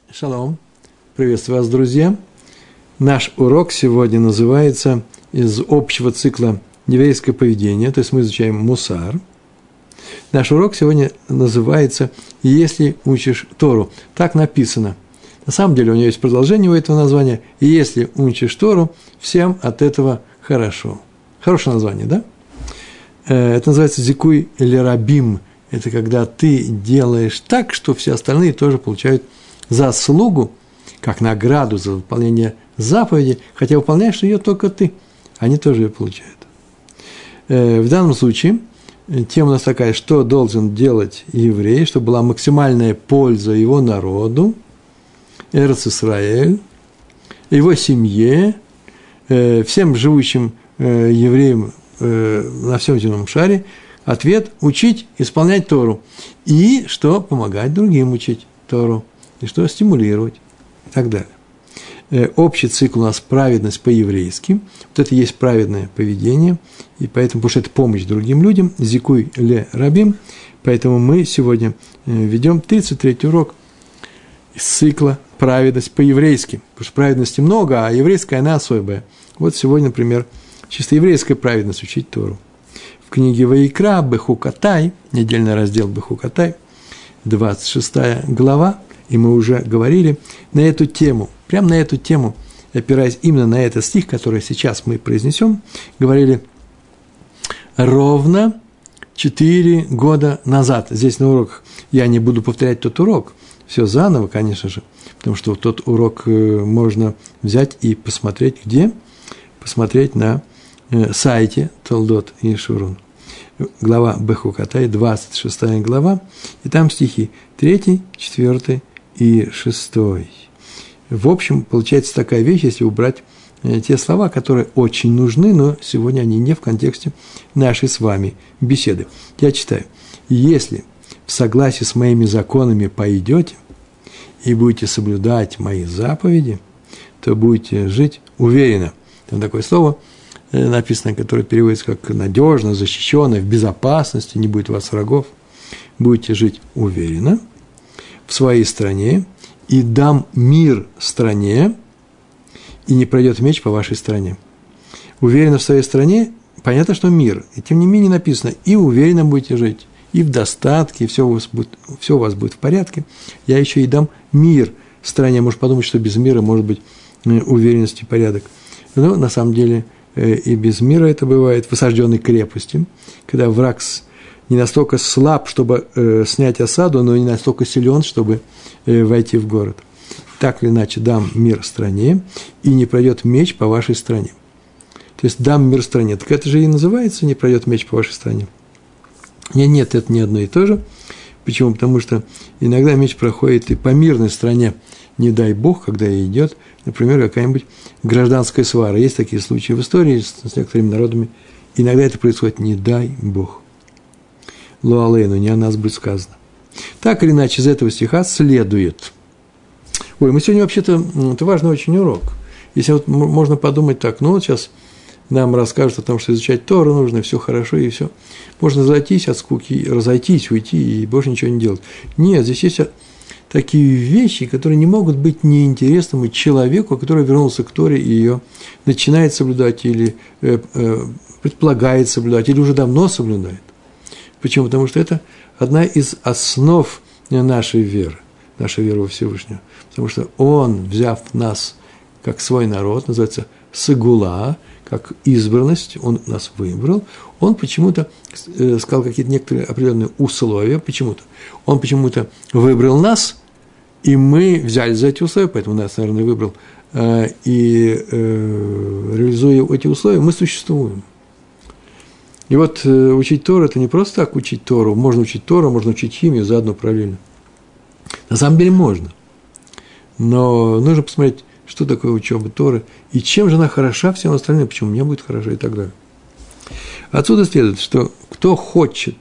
Шалом. Приветствую вас, друзья. Наш урок сегодня называется из общего цикла еврейское поведение, то есть мы изучаем мусар. Наш урок сегодня называется «Если учишь Тору». Так написано. На самом деле у него есть продолжение у этого названия. «Если учишь Тору, всем от этого хорошо». Хорошее название, да? Это называется «Зикуй лерабим». Это когда ты делаешь так, что все остальные тоже получают заслугу, как награду за выполнение заповеди, хотя выполняешь ее только ты, они тоже ее получают. В данном случае тема у нас такая, что должен делать еврей, чтобы была максимальная польза его народу, Эрец Исраэль, его семье, всем живущим евреям на всем земном шаре. Ответ – учить, исполнять Тору. И что? Помогать другим учить Тору. И что? Стимулировать. И так далее. Общий цикл у нас праведность по-еврейски. Вот это и есть праведное поведение. И поэтому, потому что это помощь другим людям. Зикуй ле рабим. Поэтому мы сегодня ведем 33-й урок из цикла праведность по-еврейски. Потому что праведности много, а еврейская она особая. Вот сегодня, например, чисто еврейская праведность учить Тору. В книге Ваикра, Бехукатай, недельный раздел Бехукатай, 26 глава, и мы уже говорили на эту тему, прямо на эту тему, опираясь именно на этот стих, который сейчас мы произнесем, говорили ровно 4 года назад. Здесь на уроках я не буду повторять тот урок, все заново, конечно же, потому что тот урок можно взять и посмотреть где? Посмотреть на сайте Толдот и Шурун. Глава Бехукатай, 26 глава, и там стихи 3, 4 и 6. В общем, получается такая вещь, если убрать те слова, которые очень нужны, но сегодня они не в контексте нашей с вами беседы. Я читаю. «Если в согласии с моими законами пойдете и будете соблюдать мои заповеди, то будете жить уверенно». Там такое слово написано, которое переводится как «надежно», «защищенно», «в безопасности», «не будет у вас врагов». Будете жить уверенно в своей стране, и дам мир стране, и не пройдет меч по вашей стране. Уверенно в своей стране, понятно, что мир, и тем не менее написано, и уверенно будете жить, и в достатке, и все у вас будет в порядке. Я еще и дам мир стране. Может подумать, что без мира может быть уверенность и порядок. Но на самом деле и без мира это бывает в осажденной крепости, когда враг не настолько слаб, чтобы снять осаду, но не настолько силен, чтобы войти в город. Так или иначе, дам мир стране, и не пройдет меч по вашей стране. То есть, дам мир стране. Так это же и называется, не пройдет меч по вашей стране. Нет, это не одно и то же. Почему? Потому что иногда меч проходит и по мирной стране, не дай Бог, когда идет, например, какая-нибудь гражданская свара. Есть такие случаи в истории с некоторыми народами. Иногда это происходит, не дай Бог. Луалейну, не о нас будет сказано. Так или иначе, из этого стиха следует. Мы сегодня вообще-то, это важный очень урок. Если вот можно подумать так, вот сейчас нам расскажут о том, что изучать Тору нужно, все хорошо, и все. Можно зайтись от скуки, разойтись, уйти, и больше ничего не делать. Нет, здесь есть такие вещи, которые не могут быть неинтересными человеку, который вернулся к Торе и ее начинает соблюдать, или предполагает соблюдать, или уже давно соблюдает. Почему? Потому что это одна из основ нашей веры во Всевышнего. Потому что Он, взяв нас как свой народ, называется Сагула, как избранность, Он нас выбрал, Он почему-то сказал какие-то некоторые определенные условия, почему-то. Он почему-то выбрал нас, и мы взяли за эти условия, поэтому нас, наверное, выбрал, и реализуя эти условия, мы существуем. И вот учить Тору – это не просто так учить Тору. Можно учить Тору, можно учить химию заодно параллельно. На самом деле можно. Но нужно посмотреть, что такое учеба Торы, и чем же она хороша всем остальным, почему мне будет хорошо и так далее. Отсюда следует, что кто хочет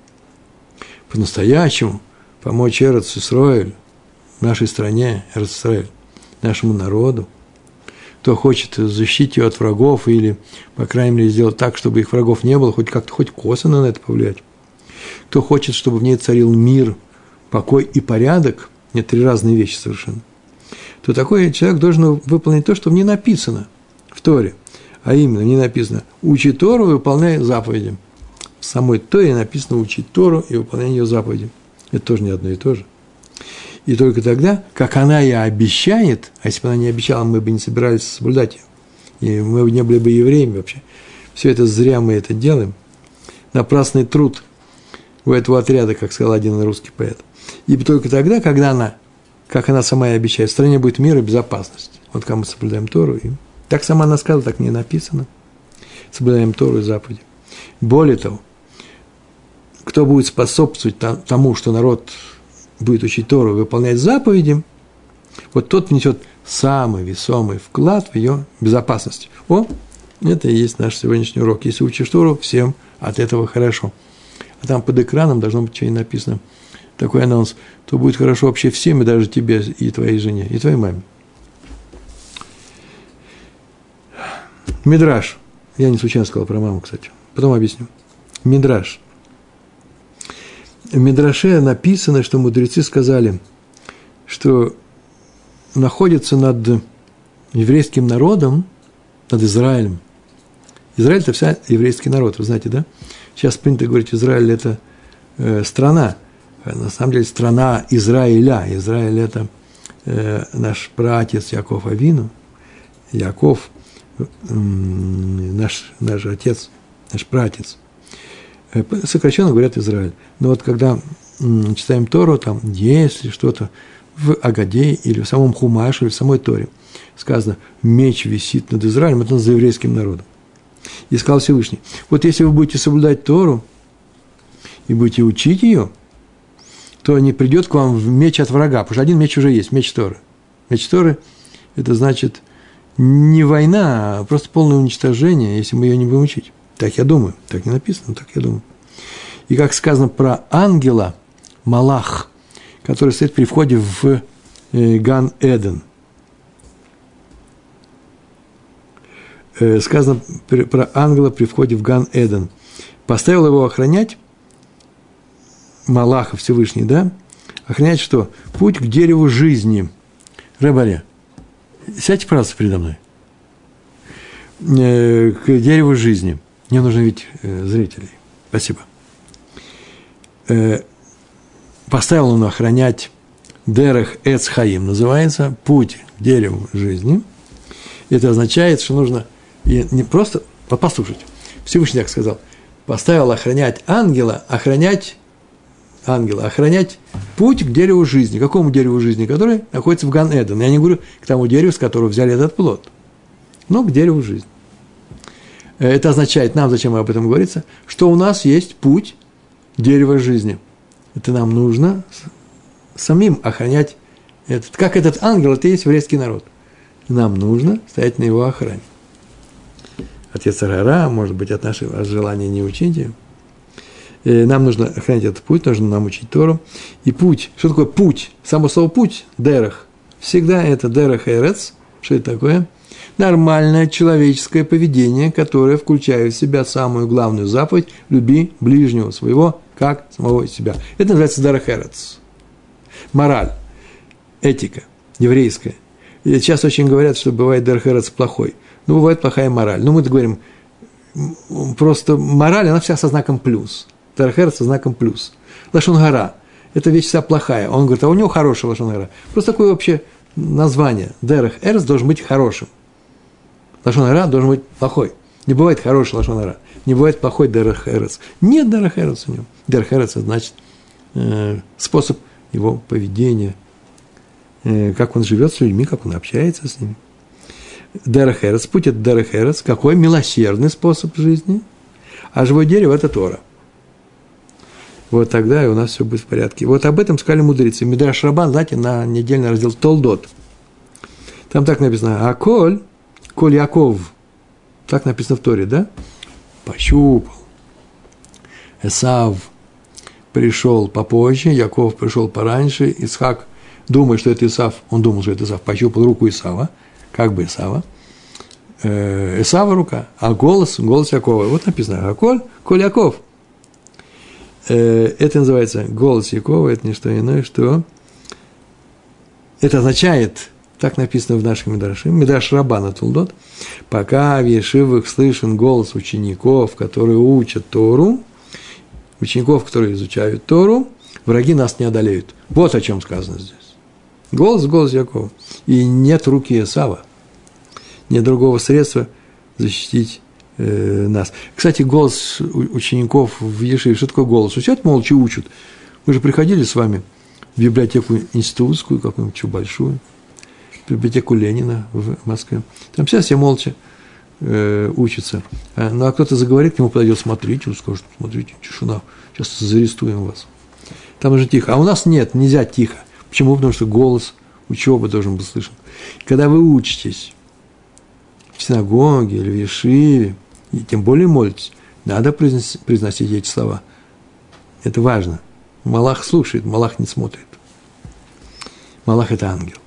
по-настоящему помочь Эрец Исраэль, нашей стране, Эрец Исраэль, нашему народу, кто хочет защитить ее от врагов или, по крайней мере, сделать так, чтобы их врагов не было, хоть как-то, хоть косвенно на это повлиять, кто хочет, чтобы в ней царил мир, покой и порядок, Нет, 3 разные вещи совершенно. То такой человек должен выполнить то, что в ней написано в Торе. А именно, в ней написано «Учи Тору и выполняй заповеди». В самой Торе написано «Учи Тору и выполняй ее заповеди». Это тоже не одно и то же. И только тогда, как она и обещает, а если бы она не обещала, мы бы не собирались соблюдать ее, и мы не были бы евреями вообще. Все это зря мы это делаем. Напрасный труд у этого отряда, как сказал один русский поэт. И только тогда, когда она, как она сама и обещает, в стране будет мир и безопасность. Вот когда мы соблюдаем Тору, и так сама она сказала, так не написано. Соблюдаем Тору и заповеди. Более того, кто будет способствовать тому, что народ будет учить Тору и выполнять заповеди, вот тот внесет самый весомый вклад в ее безопасность. Это и есть наш сегодняшний урок. Если учишь Тору, всем от этого хорошо. А там под экраном должно быть что-нибудь написано, такой анонс, то будет хорошо вообще всем, и даже тебе, и твоей жене, и твоей маме. Мидраш. Я не случайно сказал про маму, кстати. Потом объясню. Мидраш. В Мидраше написано, что мудрецы сказали, что находится над еврейским народом, над Израилем. Израиль – это вся еврейский народ, вы знаете, да? Сейчас принято говорить, Израиль – это страна. На самом деле, страна Израиля. Израиль – это наш праотец Яков Авину. Яков – наш отец, наш праотец. Сокращенно говорят Израиль. Но вот когда читаем Тору, там, если что-то в Агадее или в самом Хумаше, или в самой Торе сказано, меч висит над Израилем, это за еврейским народом. И сказал Всевышний, вот если вы будете соблюдать Тору и будете учить ее, то не придет к вам меч от врага, потому что один меч уже есть, меч Торы. Меч Торы – это значит не война, а просто полное уничтожение, если мы ее не будем учить. Так я думаю, так не написано, так я думаю. И как сказано про ангела, Малах, который стоит при входе в Ган-Эден. Сказано про ангела при входе в Ган-Эден. Поставил его охранять, Малаха Всевышний, да? Охранять что? Путь к дереву жизни. Ребаре, сядьте, пожалуйста, передо мной. К дереву жизни. Мне нужно видеть зрителей. Спасибо. Поставил он охранять Дерех Эц Хаим, называется путь к дереву жизни. Это означает, что нужно не просто, послушайте, Всевышний так сказал, поставил охранять ангела, охранять путь к дереву жизни. Какому дереву жизни? Которое находится в Ган-Эден. Я не говорю к тому дереву, с которого взяли этот плод, но к дереву жизни. Это означает, нам, зачем об этом говорится, что у нас есть путь дерева жизни. Это нам нужно самим охранять этот. Как этот ангел, это и есть еврейский народ. Нам нужно стоять на его охране. Отец Арара, может быть, от нашего желания не учить. Нам нужно охранять этот путь, нужно нам учить Тору. И путь, что такое путь? Само слово путь, дерех. Всегда это дерех эрец. Что это такое? Нормальное человеческое поведение, которое включает в себя самую главную заповедь – люби ближнего своего, как самого себя. Это называется дерех эрец. Мораль, этика, еврейская. И сейчас очень говорят, что бывает дерех эрец плохой. Но бывает плохая мораль. Но мы-то говорим, просто мораль, она вся со знаком плюс. Дерех эрец со знаком плюс. Лашон гара – это вещь вся плохая. Он говорит, а у него хорошая лашон гара. Просто такое вообще название. Дерех эрец должен быть хорошим. Лашон гара должен быть плохой. Не бывает хороший лашон гара. Не бывает плохой дерех эрец. Нет дерех эрец у него. Дерех эрец – это значит способ его поведения, как он живет с людьми, как он общается с ними. Дерех эрец, путь – это дерех эрец. Какой милосердный способ жизни. А живое дерево – это Тора. Вот тогда и у нас все будет в порядке. Вот об этом сказали мудрецы. Мидраш Рабан, знаете, на недельный раздел Толдот. Там так написано, Коль Яков. Так написано в Торе, да? Пощупал. Эсав пришел попозже, Яков пришел пораньше. Исхак, думая, что это Исав, он думал, что это Исав, пощупал руку Исава, как бы Исава. Исава рука, а голос Якова. Вот написано, Коль Яков. Это называется голос Якова, это не что иное, что Это означает, так написано в нашем Мидраше, Мидраш Раббана Толдот, пока в ешивах слышен голос учеников, которые учат Тору, учеников, которые изучают Тору, враги нас не одолеют. Вот о чем сказано здесь. Голос Якова. И нет руки Эсава. Нет другого средства защитить нас. Кстати, голос учеников в Ешиве, что такое голос? Сидят молча учат. Мы же приходили с вами в библиотеку институтскую, какую-нибудь большую, в библиотеку Ленина в Москве. Там все молча учатся. Ну, а кто-то заговорит, к нему подойдет, смотрите, он скажет, смотрите, тишина, сейчас зарестуем вас. Там уже тихо. А у нас нет, нельзя тихо. Почему? Потому что голос учебы должен быть слышен. Когда вы учитесь в синагоге или в ешиве, и тем более молитесь, надо произносить эти слова. Это важно. Малах слушает, Малах не смотрит. Малах – это ангел.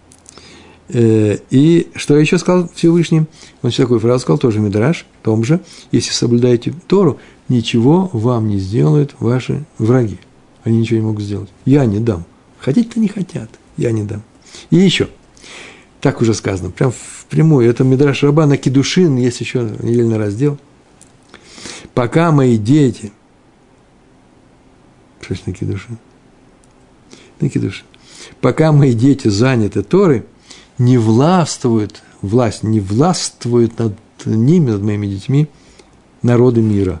И что еще сказал Всевышний? Он еще такую фразу сказал, тоже Мидраш, в том же, если соблюдаете Тору, ничего вам не сделают ваши враги. Они ничего не могут сделать. Я не дам. Хотеть-то не хотят. Я не дам. И еще. Так уже сказано, прям впрямую. Это Мидраш Раббана Кидушин, есть еще недельный раздел. Пока мои дети... Что это на Кидушин? На Кидушин. Пока мои дети заняты Торой, не властвует над ними, над моими детьми, народы мира.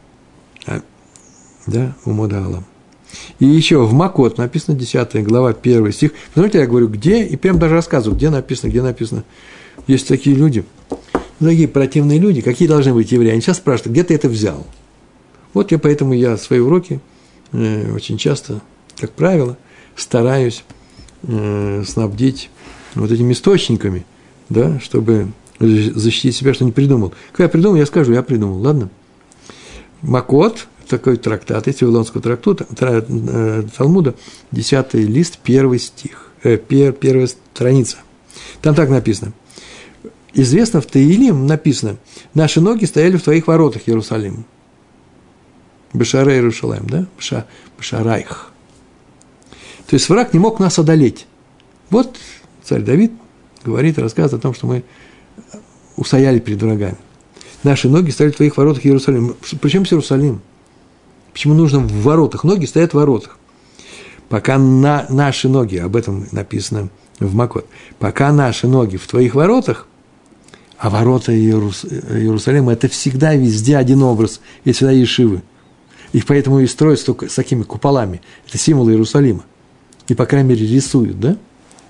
Да, Умода-Алам. И еще в Макот написано 10 глава, 1 стих. Посмотрите, я говорю, где, и прям даже рассказываю, где написано. Есть такие люди, такие противные люди, какие должны быть евреи. Они сейчас спрашивают, где ты это взял? Вот поэтому я свои уроки очень часто, как правило, стараюсь снабдить вот этими источниками, да, чтобы защитить себя, что не придумал. Когда я придумал, я скажу, я придумал, ладно? Макот, такой трактат, из Вавилонского Талмуда, 10 лист, 1 стих, 1 страница. Там так написано. Известно, в Таилим написано, наши ноги стояли в твоих воротах, Иерусалим. Бешарей Иерушалаим, да? Бешарайх. То есть враг не мог нас одолеть. Вот царь Давид говорит, рассказывает о том, что мы устояли перед врагами. Наши ноги стояли в твоих воротах, Иерусалим. Причем с Иерусалим? Почему нужно в воротах? Ноги стоят в воротах. Пока наши ноги, об этом написано в Макот, пока наши ноги в твоих воротах, а ворота Иерусалима – это всегда везде один образ, и всегда ешивы. Их поэтому и строят только с такими куполами. Это символы Иерусалима. И, по крайней мере, рисуют, да?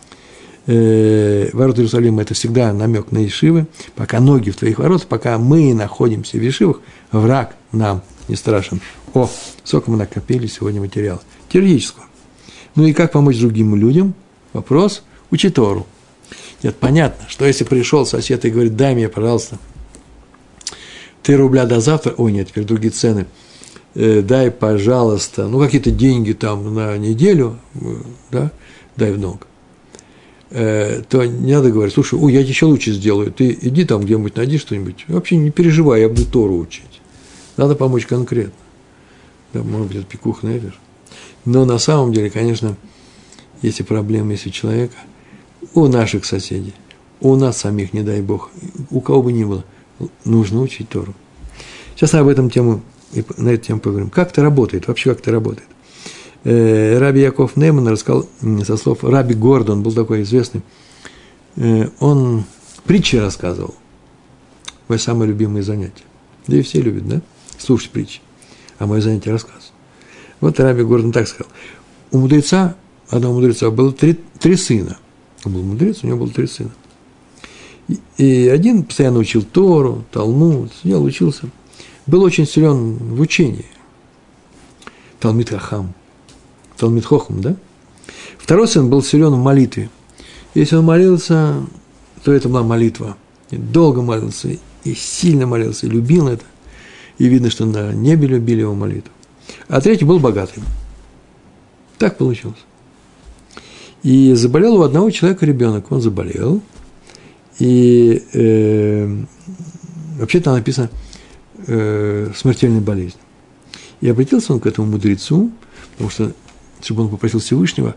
Ворота Иерусалима – это всегда намек на ешивы. Пока ноги в твоих воротах, пока мы находимся в ешивах, враг нам не страшен. Сколько мы накопили сегодня материала. Теоретического. Ну и как помочь другим людям? Вопрос – учи Тору. Нет, понятно, что если пришел сосед и говорит, дай мне, пожалуйста, 3 рубля до завтра, нет, теперь другие цены, дай, пожалуйста, какие-то деньги там на неделю, да, дай в долг, то не надо говорить, слушай, я тебе еще лучше сделаю, ты иди там где-нибудь, найди что-нибудь, вообще не переживай, я буду Тору учить. Надо помочь конкретно. Да, может быть, это пикух нефиш. Но на самом деле, конечно, если проблемы есть у человека, у наших соседей, у нас самих, не дай Бог, у кого бы ни было, нужно учить Тору. Сейчас на эту тему поговорим. Как это работает? Вообще, как это работает? Раби Яков Нейман рассказал со слов Раби Гордон, был такой известный, он притчи рассказывал. Мое самое любимое занятие. Да и все любят, да? Слушать притчи. А мое занятие рассказ. Вот Раби Гордон так сказал. У одного мудреца было три сына. Он был мудрец, у него было 3 сына. И один постоянно учил Тору, Талмуд, сидел, учился. Был очень силен в учении. Талмид Хахам. Талмид Хохам, да? Второй сын был силен в молитве. Если он молился, то это была молитва. И долго молился, и сильно молился, и любил это. И видно, что на небе любили его молитву. А третий был богатым. Так получилось. И заболел у одного человека ребенок. Он заболел. И вообще там написано смертельная болезнь. И обратился он к этому мудрецу, потому что, чтобы он попросил Всевышнего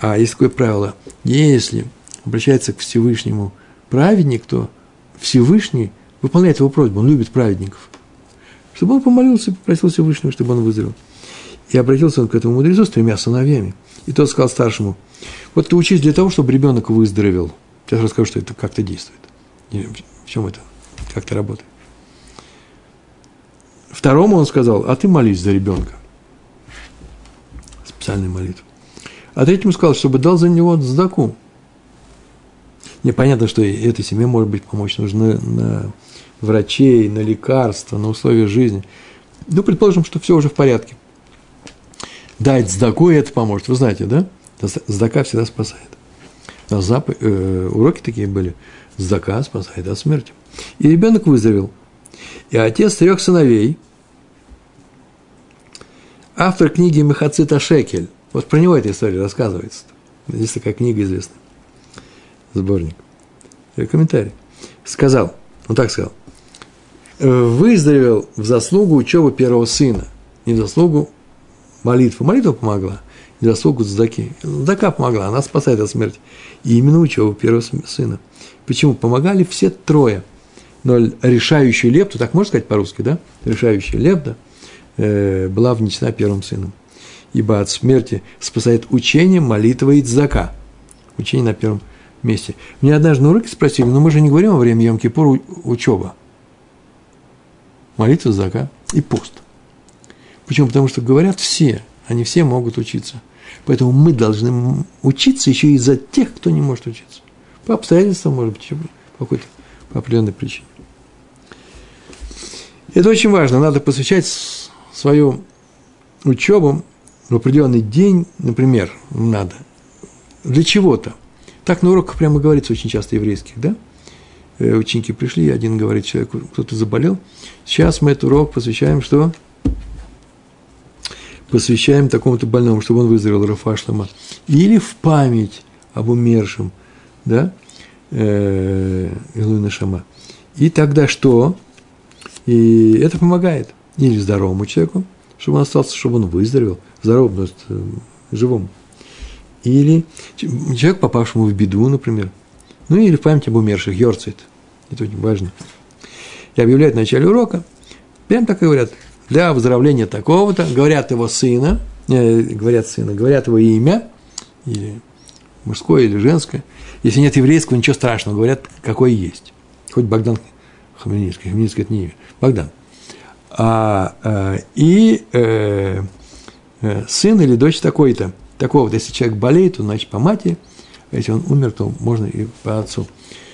А есть такое правило, если обращается к Всевышнему праведник, то Всевышний выполняет его просьбу, он любит праведников. Чтобы он помолился и попросил Всевышнего, чтобы он выздоровел. И обратился он к этому мудрецу с 3 сыновьями. И тот сказал старшему: вот ты учись для того, чтобы ребенок выздоровел. Сейчас расскажу, что это как-то действует. И в чем это, как это работает. Второму он сказал: а ты молись за ребенка. Специальную молитву. А третьему сказал, чтобы дал за него цдаку. Непонятно, что этой семье, может быть, помочь нужно на врачей, на лекарства, на условия жизни. Ну, предположим, что все уже в порядке. Дать цдаку, и это поможет. Вы знаете, да? Цдака всегда спасает. У нас уроки такие были. Цдака спасает от смерти. И ребенок выздоровел. И отец 3 сыновей, автор книги Мехацит Ашекель, вот про него эта история рассказывается. Здесь такая книга известная. Сборник. Комментарий. Сказал, он так сказал: выздоровел в заслугу учебы первого сына. Не в заслугу молитвы. Молитва помогла. Не в заслугу цдаки. Цдака помогла, она спасает от смерти. И именно учебу первого сына. Почему? Помогали все 3. Но решающая лепта, так можно сказать по-русски, да? Решающая лепта была внесена первым сыном. Ибо от смерти спасает учение, молитва и цдака. Учение на первом месте. Мне однажды на уроке спросили: но мы же не говорим во время Йом-Кипура учеба. Молитва, цдака и пост. Почему? Потому что говорят все, они все могут учиться. Поэтому мы должны учиться еще и за тех, кто не может учиться. По обстоятельствам, может быть, по какой-то по определенной причине. Это очень важно. Надо посвящать свою учебу в определенный день, например, надо. Для чего-то. Так на уроках прямо говорится очень часто еврейских, да? Ученики пришли, один говорит человеку: кто-то заболел. Сейчас мы этот урок посвящаем что? Посвящаем такому-то больному, чтобы он выздоровел, Рефуа Шлема. Или в память об умершем, да? Илуй Нешама. И тогда что? И это помогает. Или здоровому человеку, чтобы он остался, чтобы он выздоровел. Здоровому, то есть живому. Или человек, попавшему в беду, например. Ну, или в память об умерших, йорцайт. Это очень важно. И объявляют в начале урока, прям так и говорят: для выздоровления такого-то, говорят его сына, говорят его имя, или мужское, или женское. Если нет еврейского, ничего страшного, говорят, какое есть. Хоть Богдан Хмельницкий, Хмельницкий – это не имя, Богдан. Сын или дочь такой-то, такого-то. Если человек болеет, то значит по матери, а если он умер, то можно и по отцу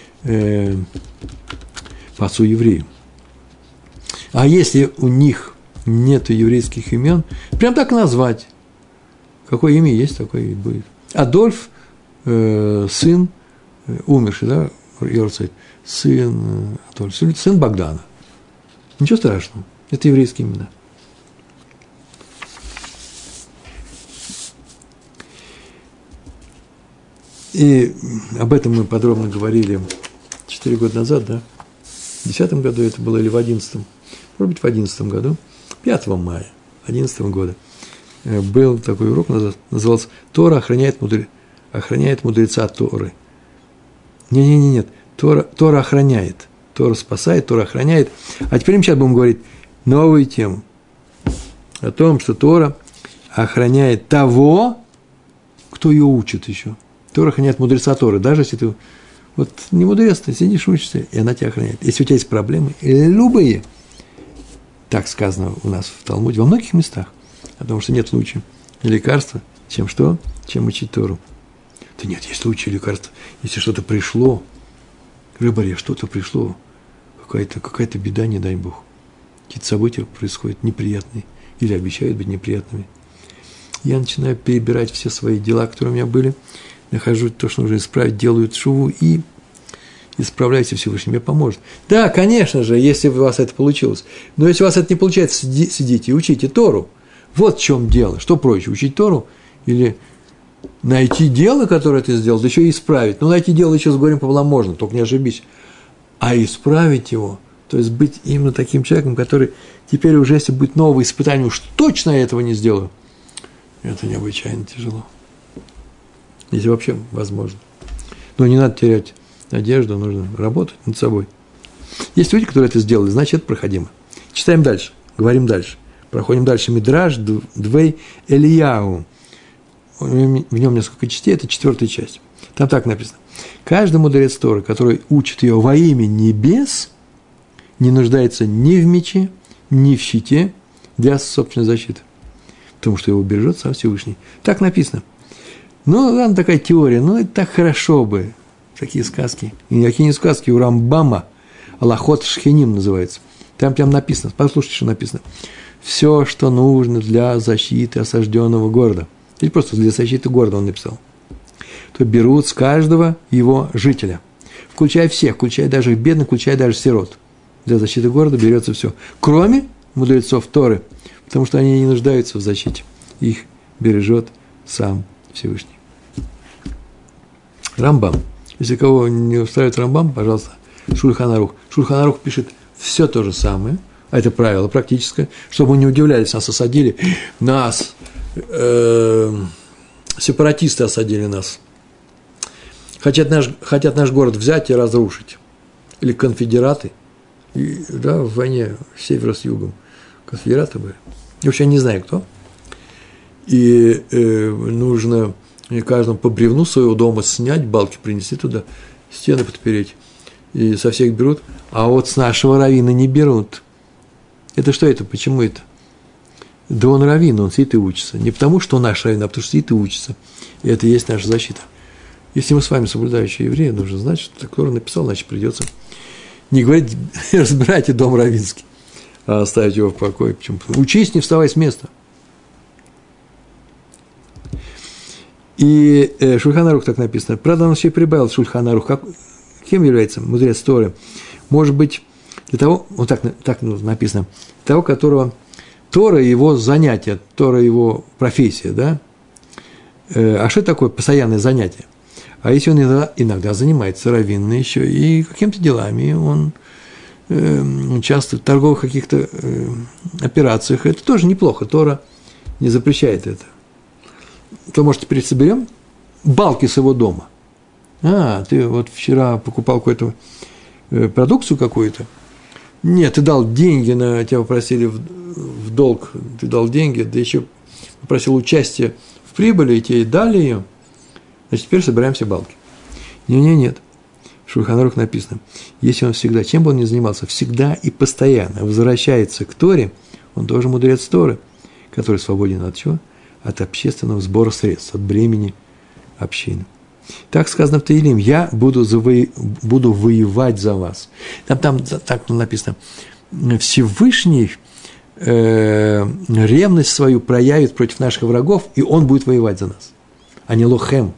еврею. А если у них нет еврейских имен, прям так назвать. Какое имя есть, такое и будет. Адольф, сын умерший, да, Йорцайт, сын Адольф, сын Богдана. Ничего страшного, это еврейские имена. И об этом мы подробно говорили 4 года назад, да? В 2010 году это было или в 2011? Может быть, в 2011 году, 5 мая 2011 года, был такой урок, назывался «Тора охраняет мудреца Торы». Нет, Тора охраняет, Тора спасает, Тора охраняет. А теперь мы сейчас будем говорить новую тему о том, что Тора охраняет того, кто ее учит еще. Тора охраняет мудреца Торы, даже если ты вот не мудрец, ты сидишь, учишься, и она тебя охраняет. Если у тебя есть проблемы, любые, так сказано у нас в Талмуде, во многих местах, о том, что нет лучше лекарства, чем что? Чем учить Тору. Да нет, есть лучшее лекарство, если что-то пришло, рыбаре, что-то пришло, какая-то беда, не дай Бог. Какие-то события происходят неприятные или обещают быть неприятными. Я начинаю перебирать все свои дела, которые у меня были, нахожу то, что нужно исправить, делаю тшуву и исправляйте, Всевышний мне поможет. Да, конечно же, если у вас это получилось. Но если у вас это не получается, сидите и учите Тору. Вот в чем дело. Что проще, учить Тору или найти дело, которое ты сделал, да еще и исправить. Ну, найти дело еще с горем пополам можно, только не ошибись. А исправить его, то есть быть именно таким человеком, который теперь уже, если будет новое испытание, уж точно я этого не сделаю. Это необычайно тяжело. если вообще возможно. Но не надо терять надежду, нужно работать над собой. Есть люди, которые это сделали, значит, это проходимо. Читаем дальше, говорим дальше. Проходим дальше. Мидраш Двей Элияу. В нем несколько частей, это 4-я часть. Там так написано. Каждый мудрец Торы, который учит ее во имя небес, не нуждается ни в мече, ни в щите для собственной защиты. Потому что его бережет сам Всевышний. Так написано. Ну, ладно, такая теория, но это так хорошо бы. Такие сказки. И никакие не сказки, у Рамбама. Алахот Шхеним называется. Там прям написано, послушайте, что написано. Все, что нужно для защиты осажденного города. Или просто для защиты города он написал. То берут с каждого его жителя. Включая всех, включая даже бедных, включая даже сирот. Для защиты города берется все. Кроме мудрецов Торы. Потому что они не нуждаются в защите. Их бережет сам Всевышний. Рамбам. Если кого не устраивает Рамбам, пожалуйста, Шульхан Арух. Шульхан Арух пишет все то же самое, а это правило практическое, чтобы мы не удивлялись, нас осадили, сепаратисты осадили нас. Хотят наш город взять и разрушить. Или конфедераты, в войне севера с югом. Конфедераты были. Вообще я не знаю, кто. И нужно каждому по бревну своего дома снять, балки принести туда, стены подпереть. И со всех берут, а вот с нашего раввина не берут. Это что это? Почему это? Да он раввин, он сидит и учится. Не потому, что он наш раввин, а потому, что сидит и учится. И это и есть наша защита. Если мы с вами соблюдающие евреи, нужно знать, что кто написал, значит, придется не говорить, разбирайте дом раввинский, а оставить его в покое. Почему? Учись, не вставай с места. И Шульхан Арух так написано. Правда, он еще и прибавил Шульхан Арух. Кем является мудрец Торы? Может быть, для того, вот так написано, того, которого Тора его занятие, Тора его профессия, да? А что такое постоянное занятие? А если он иногда занимается раввинно еще и какими-то делами, он участвует в торговых каких-то операциях, это тоже неплохо, Тора не запрещает это. То, может, теперь соберем балки с его дома. Ты вот вчера покупал какую-то продукцию какую-то. Нет, ты дал деньги, тебя попросили в долг, ты дал деньги, да еще попросил участие в прибыли, и тебе дали ее. Значит, теперь собираем все балки. Нет. В Шульхан Арух написано, если он всегда, чем бы он ни занимался, всегда и постоянно возвращается к Торе, он тоже мудрец Торы, который свободен от чего? От общественного сбора средств, от бремени общины. Так сказано в Таилим, я буду воевать за вас. Там так написано, Всевышний ревность свою проявит против наших врагов, и он будет воевать за нас, а не лохем.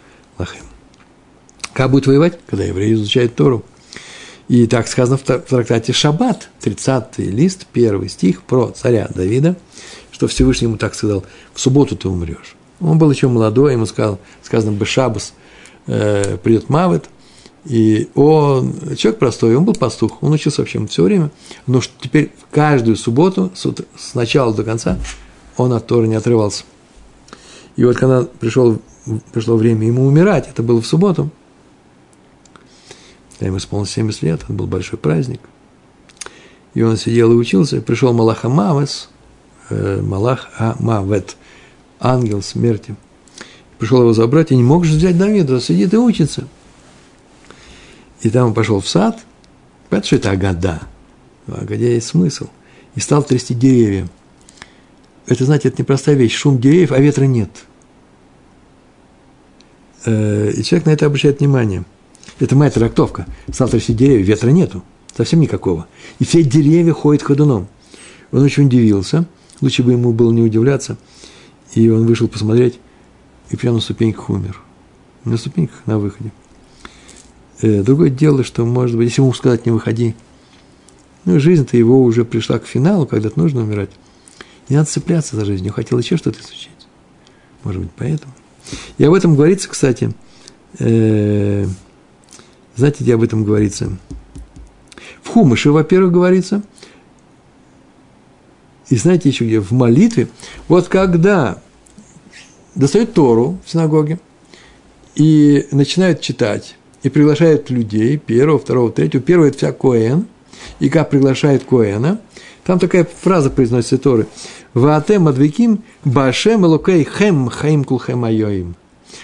Как будет воевать? Когда евреи изучают Тору. И так сказано в трактате Шаббат, 30-й лист, 1 стих про царя Давида, что Всевышний ему так сказал, в субботу ты умрешь. Он был еще молодой, ему сказано, бешабас придет мавет, и он, человек простой, он был пастух, он учился вообще все время, но теперь каждую субботу, с начала до конца, он от Торы не отрывался. И вот когда пришло время ему умирать, это было в субботу, когда ему исполнилось 70 лет, это был большой праздник, и он сидел и учился, пришел Малах Амавет, ангел смерти, пришел его забрать, и не мог же взять Давида, сидит и учится. И там он пошел в сад, понятно, что это Агада, в Агаде есть смысл, и стал трясти деревья. Это, знаете, это непростая вещь, шум деревьев, а ветра нет. И человек на это обращает внимание. Это моя трактовка. Стал трясти деревья, ветра нету, совсем никакого. И все деревья ходят ходуном. Он очень удивился, лучше бы ему было не удивляться, и он вышел посмотреть, и прямо на ступеньках умер. На ступеньках, на выходе. Другое дело, что, может быть, если ему сказать, не выходи, жизнь-то его уже пришла к финалу, когда-то нужно умирать. Не надо цепляться за жизнь, он хотел еще что-то изучить. Может быть, поэтому. И об этом говорится, кстати, знаете, где об этом говорится? В Хумаше, во-первых, говорится, и знаете еще где? В молитве. Вот когда достают Тору в синагоге, и начинают читать, и приглашают людей, первого, второго, третьего. Первый – это вся Коэн, и как приглашает Коэна, там такая фраза произносится Торы: «Ваатем адвиким башем элокей хэм хаим кулхэм айоим».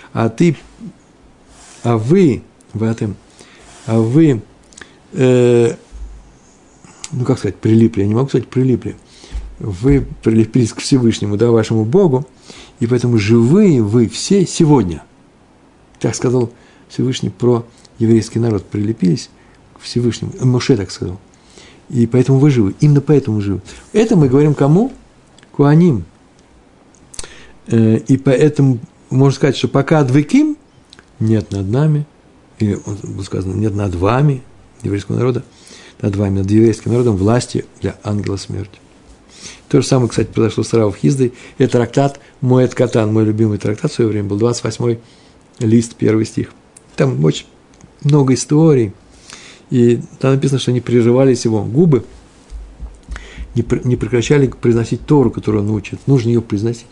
Вы, как сказать, прилипли, я не могу сказать прилипли, вы прилепились к Всевышнему, да, вашему Богу, и поэтому живые вы все сегодня. Так сказал Всевышний про еврейский народ, прилепились к Всевышнему, Моше так сказал, и поэтому вы живы, именно поэтому живы. Это мы говорим кому? Коаним. И поэтому можно сказать, что пока адвеким, нет над нами, или было сказано, нет над вами, еврейского народа, над вами, над еврейским народом, власти для ангела смерти. То же самое, кстати, произошло с Рав Хиздой. Это трактат Моэд Катан, мой любимый трактат в свое время был, 28-й лист, 1 стих. Там очень много историй, и там написано, что не прерывались его губы, не прекращали произносить Тору, которую он учит. Нужно ее произносить.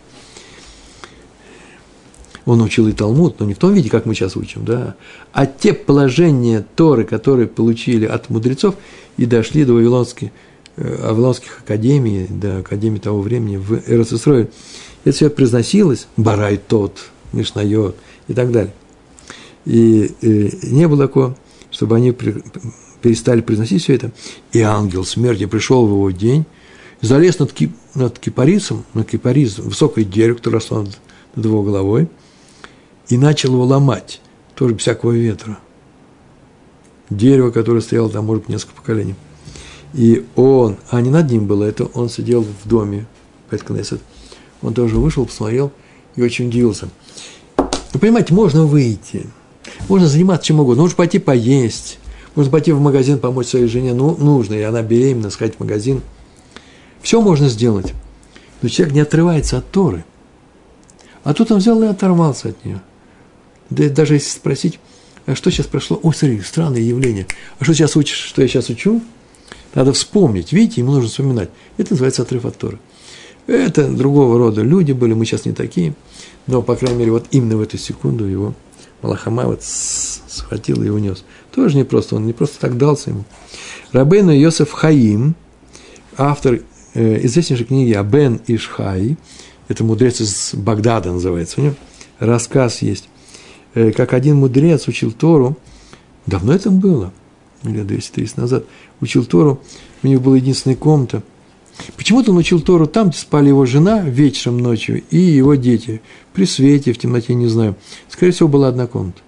Он учил и Талмуд, но не в том виде, как мы сейчас учим, да, а те положения Торы, которые получили от мудрецов и дошли до вавилонских академий, до академии того времени в Эрец Исроэль, это все произносилось, Барай тот, Мишнайот и так далее. И не было такого, чтобы они перестали произносить все это, и ангел смерти пришел в его день, залез над кипарисом, на кипарис, высокое дерево, которое росло над его головой, и начал его ломать, тоже без всякого ветра. Дерево, которое стояло там, может быть, несколько поколений. И он, а не над ним было, это он сидел в доме, Бейт-Кнесет, он тоже вышел, посмотрел и очень удивился. Вы понимаете, можно выйти, можно заниматься чем угодно, можно пойти поесть, можно пойти в магазин, помочь своей жене, нужно, и она беременна, сходить в магазин. Все можно сделать, но человек не отрывается от Торы. А тут он взял и оторвался от нее. Да даже если спросить, а что сейчас прошло? Ой, смотри, странное явление. А что сейчас учишь, что я сейчас учу? Надо вспомнить. Видите, ему нужно вспоминать. Это называется отрыв от Торы. Это другого рода люди были, мы сейчас не такие. Но, по крайней мере, вот именно в эту секунду его Малахама вот схватил и унес. Тоже не просто, он не просто так дался ему. Рабейну Йосеф Хаим, автор известнейшей книги Абен Иш-Хай, это мудрец из Багдада называется, у него рассказ есть, как один мудрец учил Тору, давно это было, лет 200-300 назад, учил Тору, у него была единственная комната. Почему-то он учил Тору там, где спали его жена вечером, ночью, и его дети, при свете, в темноте, не знаю. Скорее всего, была одна комната.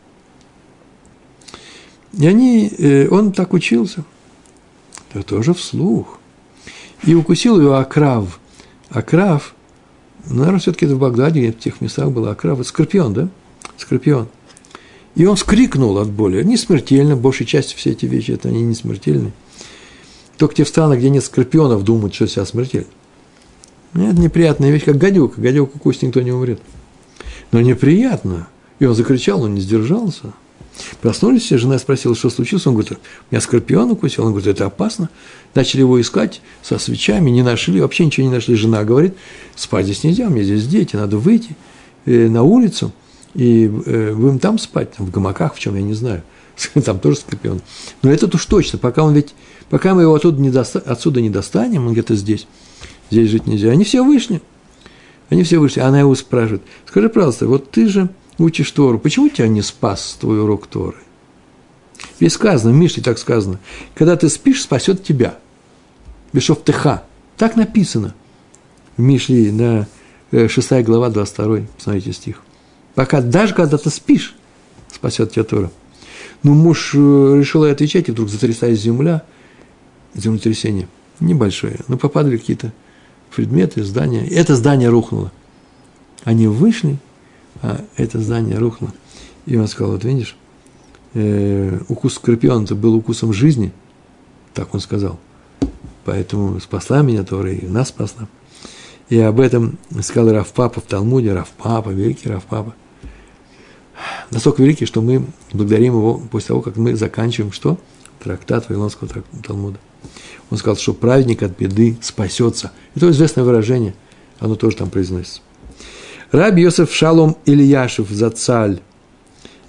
И он так учился, да тоже вслух. И укусил его окрав. Окрав, наверное, все-таки это в Багдаде, где-то в тех местах было окрав, это скорпион, да? Скорпион. И он вскрикнул от боли. Не смертельно, большей частью все эти вещи, это они не смертельные. Только те в странах, где нет скорпионов, думают, что себя смертельно. Это неприятная вещь, как гадюка. Гадюку укусит, никто не умрет. Но неприятно. И он закричал, он не сдержался. Проснулись все, жена спросила, что случилось. Он говорит, меня скорпион укусил. Он говорит, это опасно. Начали его искать со свечами, не нашли, вообще ничего не нашли. Жена говорит, спать здесь нельзя, у меня здесь дети, надо выйти на улицу и будем там спать, там, в гамаках, в чем, я не знаю. Там тоже скорпион. Но это уж точно, пока мы его отсюда не достанем, он где-то здесь жить нельзя. Они все вышли. Она его спрашивает, скажи, пожалуйста, вот ты же учишь Тору, почему тебя не спас твой урок Торы? Здесь сказано, в Мишле так сказано, когда ты спишь, спасет тебя. Бешов Теха. Так написано в Мишле, на 6 глава, 22, посмотрите стих. Даже когда ты спишь, спасет тебя Тора. Ну, муж решил ей отвечать, и вдруг затрясаясь землетрясение небольшое, но попадали какие-то предметы, здания. Это здание рухнуло. Они вышли, а это здание рухнуло. И он сказал, вот видишь, укус скорпиона – это был укусом жизни, так он сказал. Поэтому спасла меня Тора, и нас спасла. И об этом сказал Рав Папа в Талмуде, Рав Папа, великий Рав Папа. Настолько великий, что мы благодарим его после того, как мы заканчиваем что? Трактат Вавилонского Талмуда. Он сказал, что праведник от беды спасется. Это известное выражение, оно тоже там произносится. Раби Йосеф Шалом Ильяшев Зацаль,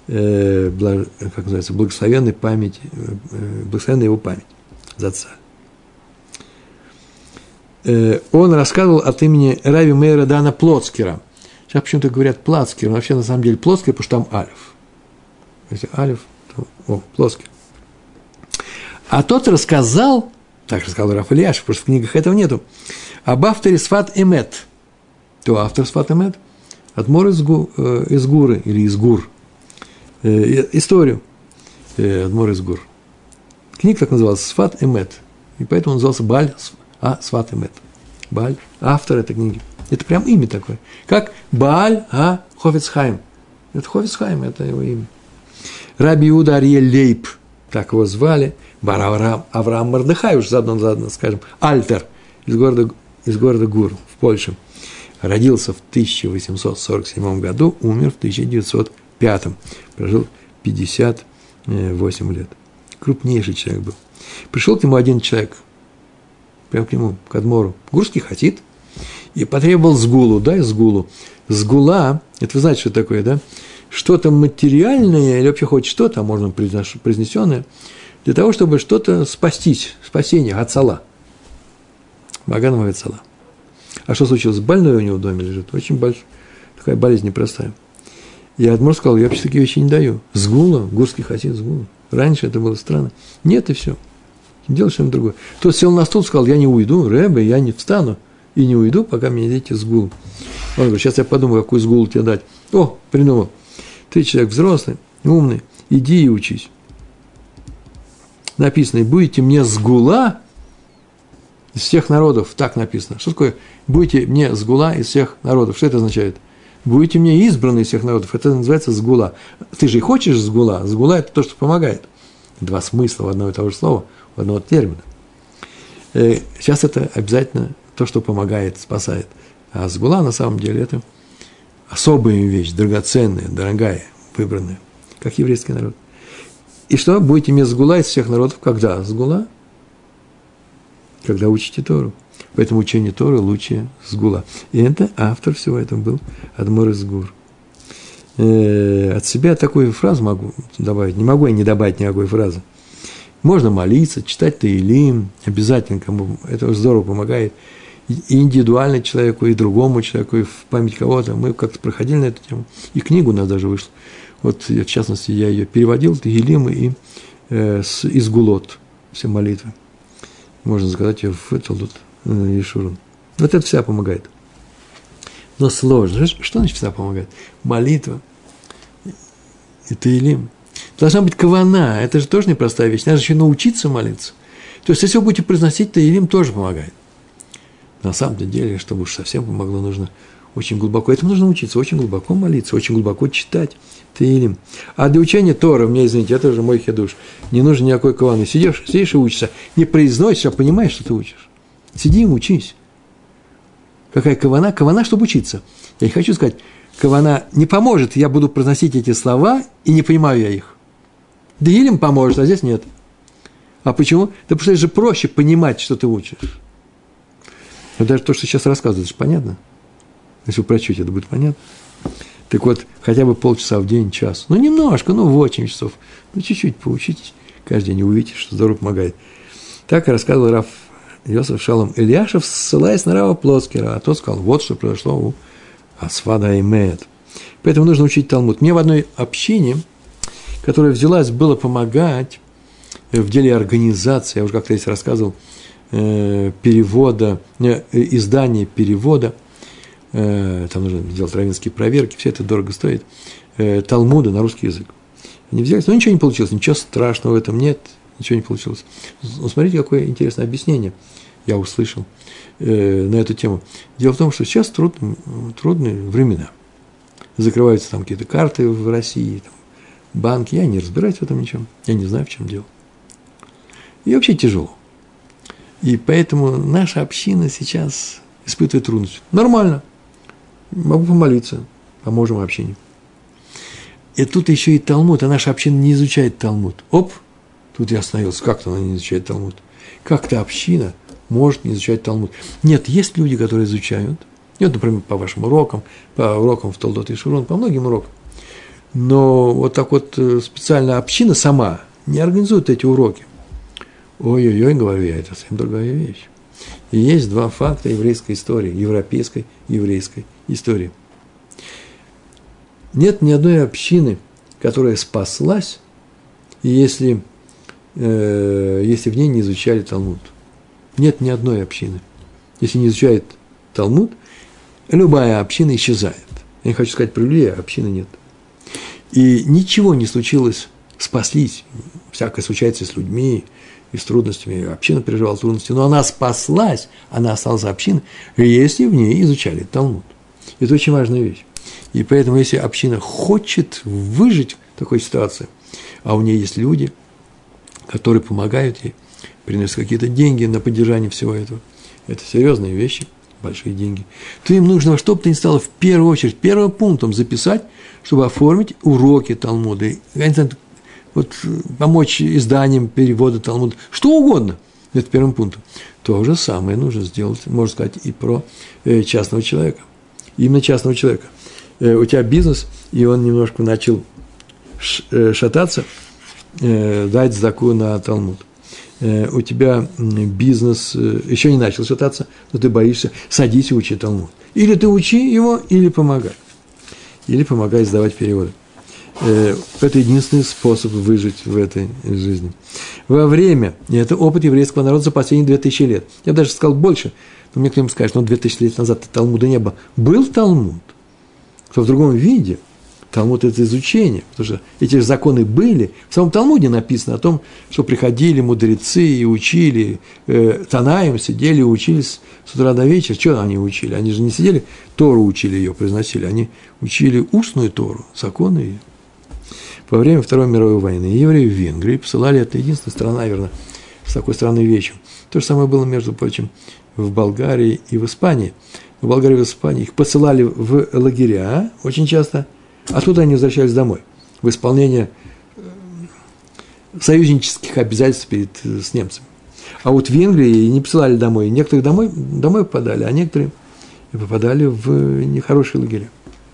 как называется, благословенная его память, Зацаль. Он рассказывал от имени Рави Меира Дана Плоцкера. Сейчас почему-то говорят Плацкер, но вообще на самом деле Плоцкер, потому что там алиф. Если алиф, то Плоцкер. А тот рассказал, так рассказал Рав Ильяшев, потому что в книгах этого нету, об авторе Сфат Эмет. То автор Сфат Эмет, Адмор из Гуры, или из Гур. Историю Адмор из Гур. Книга так называлась Сфат Эмет. И поэтому он назывался Бааль Сфат Эмет. Бааль, автор этой книги. Это прям имя такое. Как Бааль Хофец Хаим. Это Хофец Хаим, это его имя. Раби Иуда Ариэль Лейб, так его звали. Бар Авраам Мордехай, уж заодно скажем, Альтер, из города Гур в Польше. Родился в 1847 году, умер в 1905. Прожил 58 лет. Крупнейший человек был. Пришел к нему один человек, прямо к нему, к Адмору, гурский хасид, и потребовал сгулу, дай сгулу. Сгула, это вы знаете, что это такое, да? Что-то материальное, или вообще хоть что-то, а можно произнесенное, для того, чтобы что-то спастись, спасение, ацала. Маганова ацала. А что случилось? Больной у него в доме лежит, очень большой, такая болезнь непростая. И Адмор сказал, я вообще такие вещи не даю. Сгула, гурский хасид, сгула. Раньше это было странно. Нет, и все. Делай что-нибудь другое. Тот сел на стул, сказал, я не уйду, Ребе, я не встану и не уйду, пока мне не дадите сгулу. Он говорит, сейчас я подумаю, какую сгулу тебе дать. О, придумал. Ты человек взрослый, умный, иди и учись. Написано, будете мне сгула из всех народов. Так написано. Что такое? Будете мне сгула из всех народов. Что это означает? Будете мне избраны из всех народов. Это называется сгула. Ты же и хочешь сгула. Сгула – это то, что помогает. Два смысла в одного и того же слова, в одного термина. Сейчас это обязательно то, что помогает, спасает. А сгула на самом деле это особая вещь, драгоценная, дорогая, выбранная, как еврейский народ. И что? Будете мне сгула из всех народов. Когда сгула? Когда учите Тору. Поэтому учение Торы лучше сгула. И это автор всего этого был Адмор из Гур. От себя такую фразу могу добавить. Не могу я не добавить никакой фразы. Можно молиться, читать Таилим, обязательно, кому это здорово помогает. И индивидуально человеку, и другому человеку, и в память кого-то. Мы как-то проходили на эту тему. И книгу у нас даже вышла. Вот, в частности, я ее переводил, Таилим и из Гулот, все молитвы. Можно заказать ее в Талдот Ешурун. Вот это вся помогает. Но сложно. Что значит вся помогает? Молитва и Таилим. Должна быть кавана. Это же тоже непростая вещь. Надо еще научиться молиться. То есть, если вы будете произносить Таилим, тоже помогает. На самом деле, чтобы уж совсем помогло, нужно очень глубоко. Этому нужно учиться, очень глубоко молиться, очень глубоко читать Таилим. А для учения Торы, мне, извините, это уже мой хидуш, не нужно никакой каваны. Сидишь и учишься. Не произносишь, а понимаешь, что ты учишь. Сиди и учись. Какая кавана? Кавана, чтобы учиться. Я не хочу сказать, кавана не поможет, я буду произносить эти слова, и не понимаю я их. Таилим поможет, а здесь нет. А почему? Да потому что это же проще понимать, что ты учишь. Но даже то, что сейчас рассказываю, это же понятно. Если вы прочтете, это будет понятно. Так вот, хотя бы полчаса в день, час. Ну, немножко, 8 часов. Чуть-чуть поучитесь. Каждый день увидите, что здорово помогает. Так рассказывал Рав Йосеф Шалом Ильяшев, ссылаясь на Рава Плоцкера. А тот сказал, вот что произошло у Асфада Эмет. Поэтому нужно учить Талмуд. Мне в одной общине, которая взялась было помогать в деле организации, я уже как-то здесь рассказывал, перевода, издания перевода, там нужно делать раввинские проверки, все это дорого стоит, Талмуда на русский язык. Они взялись, но ничего не получилось, ничего страшного в этом нет, ничего не получилось. Но смотрите, какое интересное объяснение я услышал на эту тему. Дело в том, что сейчас трудные времена. Закрываются там какие-то карты в России, там, банки, я не разбираюсь в этом ничем, я не знаю, в чем дело. И вообще тяжело. И поэтому наша община сейчас испытывает трудности. Нормально. Могу помолиться. Поможем общине. И тут еще и Талмуд. А наша община не изучает Талмуд. Оп! Тут я остановился. Как-то она не изучает Талмуд. Как-то община может не изучать Талмуд. Нет, есть люди, которые изучают. И вот, например, по вашим урокам, по урокам в Толдот Ешурун, по многим урокам. Но вот так вот специально община сама не организует эти уроки. Ой-ой-ой, говорю я, это совсем другая вещь. И есть два факта еврейской истории, европейской еврейской истории. Нет ни одной общины, которая спаслась, если в ней не изучали Талмуд. Нет ни одной общины. Если не изучает Талмуд, любая община исчезает. Я не хочу сказать про людей, а общины нет. И ничего не случилось, спаслись. Всякое случается с людьми и с трудностями. Община переживала трудности, но она спаслась, она осталась общиной, если в ней изучали Талмуд. Это очень важная вещь. И поэтому, если община хочет выжить в такой ситуации, а у нее есть люди, которые помогают ей, приносят какие-то деньги на поддержание всего этого, это серьезные вещи, большие деньги, то им нужно, чтобы то ни стало, в первую очередь, первым пунктом записать, чтобы оформить уроки Талмуда, вот, помочь изданием перевода Талмуда, что угодно, это первым пунктом. То же самое нужно сделать, можно сказать, и про частного человека. Именно частного человека. У тебя бизнес, и он немножко начал шататься, дать заку на Талмуд. У тебя бизнес еще не начал шататься, но ты боишься, садись и учи Талмуд. Или ты учи его, или помогай. Или помогай сдавать переводы. Это единственный способ выжить в этой жизни. Во время, и это опыт еврейского народа за последние 2000 лет. Я даже сказал больше, но мне кто-нибудь скажет, 2000 лет назад Талмуда не было. Был Талмуд, то в другом виде. Талмуд – это изучение, потому что эти же законы были. В самом Талмуде написано о том, что приходили мудрецы и учили, Танаим сидели и учились с утра до вечера. Что они учили? Они же не сидели, Тору учили ее, произносили. Они учили устную Тору, законы ее. Во время Второй мировой войны евреи в Венгрии посылали, это единственная страна, наверное, с такой странной вещью. То же самое было, между прочим, в Болгарии и в Испании. В Болгарии и в Испании их посылали в лагеря очень часто, оттуда они возвращались домой в исполнение союзнических обязательств с немцами. А вот в Венгрии не посылали домой. Некоторые домой попадали, а некоторые попадали в нехорошие лагеря.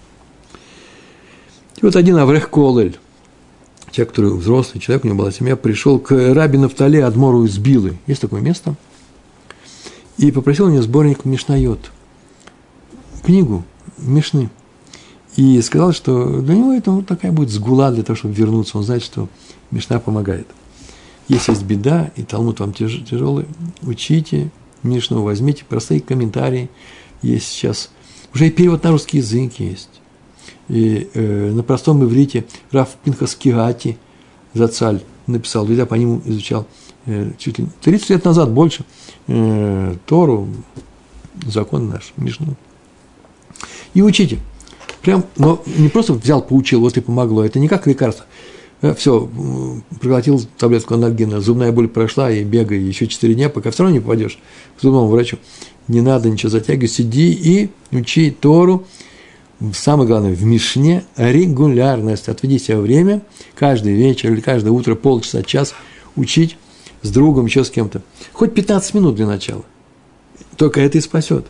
И вот один Аврех Колель, человек, который взрослый человек, у него была семья, пришел к Раби Нафтали Адмору из Билы, есть такое место, и попросил у него сборник Мишнайот, книгу Мишны, и сказал, что для него это вот такая будет сгула для того, чтобы вернуться, он знает, что Мишна помогает. Если есть беда, и Талмуд вам тяжелый, учите Мишну, возьмите простые комментарии, есть сейчас, уже и перевод на русский язык есть. И на простом иврите Рав Пинхас Кигати Зацаль написал, я по нему изучал чуть ли 30 лет назад, больше, Тору, закон наш, Мишну. И учите. Прям, но не просто взял, поучил, вот и помогло, это не как лекарство. Все, проглотил таблетку анальгина, зубная боль прошла, и бегай еще 4 дня, пока все равно не попадешь к зубному врачу. Не надо ничего затягивать, сиди и учи Тору. Самое главное, в Мишне регулярность. Отведи себе время, каждый вечер или каждое утро, полчаса, час учить с другом, еще с кем-то. Хоть 15 минут для начала. Только это и спасет.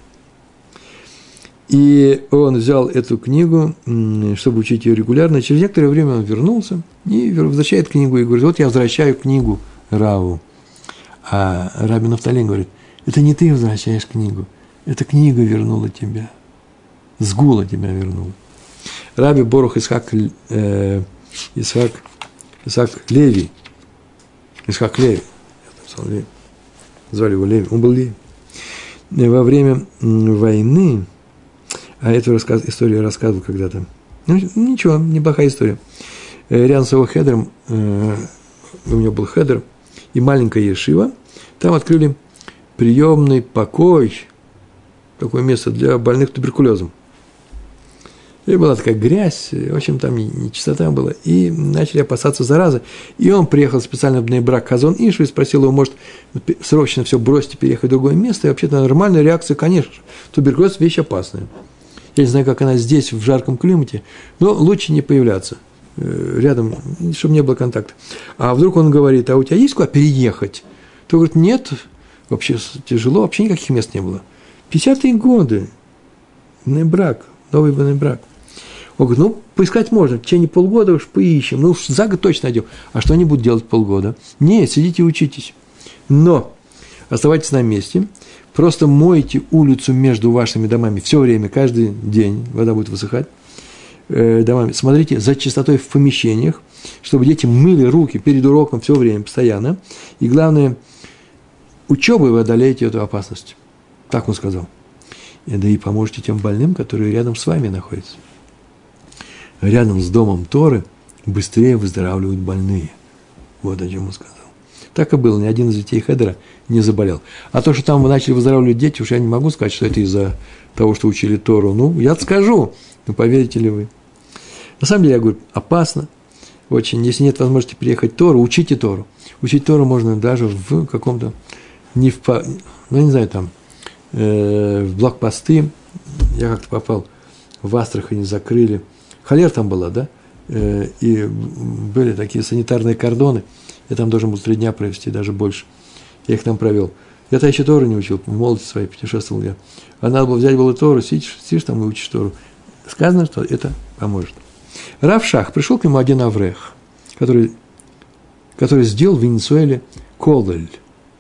И он взял эту книгу, чтобы учить ее регулярно. Через некоторое время он вернулся и возвращает книгу и говорит, вот я возвращаю книгу Раву. А Раби Нафтали говорит, это не ты возвращаешь книгу, эта книга вернула тебя. Сгула тебя вернула. Раби Борух Исхак Леви. Звали его Леви. Он был Леви. Во время войны, а эту историю я рассказывал когда-то. Ну, ничего, неплохая история. Рядом с его хедром, у него был хедер и маленькая ешива, там открыли приемный покой, такое место для больных туберкулезом. И была такая грязь, в общем, там нечистота была, и начали опасаться заразы. И он приехал специально в Бней-Брак Хазон Ишу и спросил его, может, срочно все бросить и переехать в другое место. И вообще-то нормальная реакция, конечно же. Туберкулез – вещь опасная. Я не знаю, как она здесь, в жарком климате, но лучше не появляться рядом, чтобы не было контакта. А вдруг он говорит, а у тебя есть куда переехать? То говорит, нет, вообще тяжело, вообще никаких мест не было. 50-е годы, Бней-Брак, новый Бней-Брак. Он говорит, ну, поискать можно, в течение полгода уж поищем, ну, уж за год точно найдем. А что они будут делать полгода? Нет, сидите и учитесь. Но оставайтесь на месте, просто мойте улицу между вашими домами все время, каждый день, вода будет высыхать, домами. Смотрите за чистотой в помещениях, чтобы дети мыли руки перед уроком все время, постоянно. И главное, учебой вы одолеете эту опасность. Так он сказал. Да и поможете тем больным, которые рядом с вами находятся. Рядом с домом Торы быстрее выздоравливают больные. Вот о чем он сказал. Так и было, ни один из детей Хедера не заболел. А то, что там начали выздоравливать дети, уж я не могу сказать, что это из-за того, что учили Тору. Ну, я скажу, но поверите ли вы? На самом деле, я говорю, опасно очень. Если нет возможности переехать Тору, учите Тору. Учить Тору можно даже в каком-то, не знаю, там, в блокпосты. Я как-то попал в Астрахань, закрыли. Холера там была, да? И были такие санитарные кордоны. Я там должен был 3 дня провести, даже больше. Я их там провел. Я-то еще Тору не учил, в молодости своей путешествовал я. А надо было взять было Тору, сидишь там и учишь Тору. Сказано, что это поможет. Рав Шах, пришел к нему один аврех, который сделал в Венесуэле колель.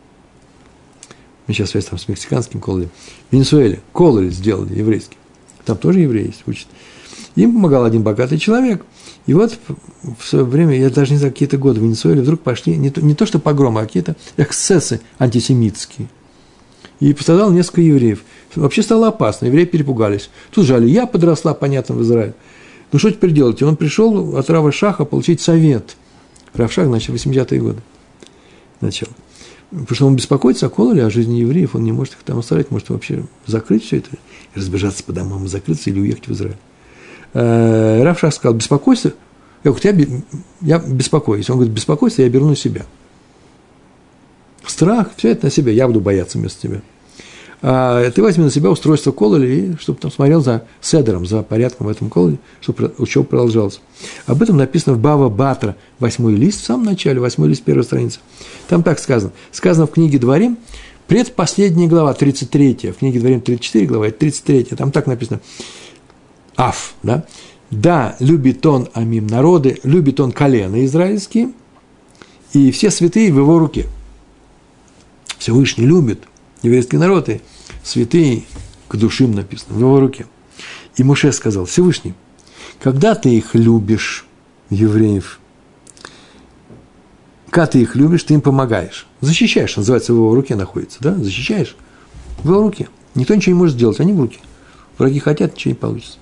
Мы сейчас связь там с мексиканским колелем. В Венесуэле колель сделали еврейский. Там тоже евреи есть, учат. Им помогал один богатый человек. И вот в свое время, я даже не знаю, какие-то годы в Венесуэле вдруг пошли не то что погромы, а какие-то эксцессы антисемитские. И пострадало несколько евреев. Вообще стало опасно, евреи перепугались. Тут же Алия подросла, понятно, в Израиле. Ну, что теперь делать? И он пришел от Рава Шаха получить совет. Рав Шах, значит, 80-е годы. Начало. Потому что он беспокоится о колеле, о жизни евреев, он не может их там оставить, может вообще закрыть все это, и разбежаться по домам, закрыться или уехать в Израиль. Рав Шах сказал, беспокойся. Я говорю, я беспокоюсь. Он говорит, беспокойся, я беру на себя. Страх, все это на себя, я буду бояться вместо тебя. А ты возьми на себя устройство колеля, и чтобы там смотрел за седером, за порядком в этом колеле, чтобы учеба продолжалась. Об этом написано в Бава Батра, 8 лист, в самом начале, 8 лист, 1 страница. Там так сказано. Сказано в книге Дворим, предпоследняя глава, 33, в книге Дворим 34 глава, это 33, там так написано. Аф, да? Да, любит он амим народы, любит он колено израильские, и все святые в его руке. Всевышний любит еврейские народы, святые к душим написано, в его руке. И Моше сказал, Всевышний, когда ты их любишь, евреев, когда ты их любишь, ты им помогаешь. Защищаешь, называется, в его руке находится, да? Защищаешь в его руке. Никто ничего не может сделать, они в руке. Враги хотят, ничего не получится.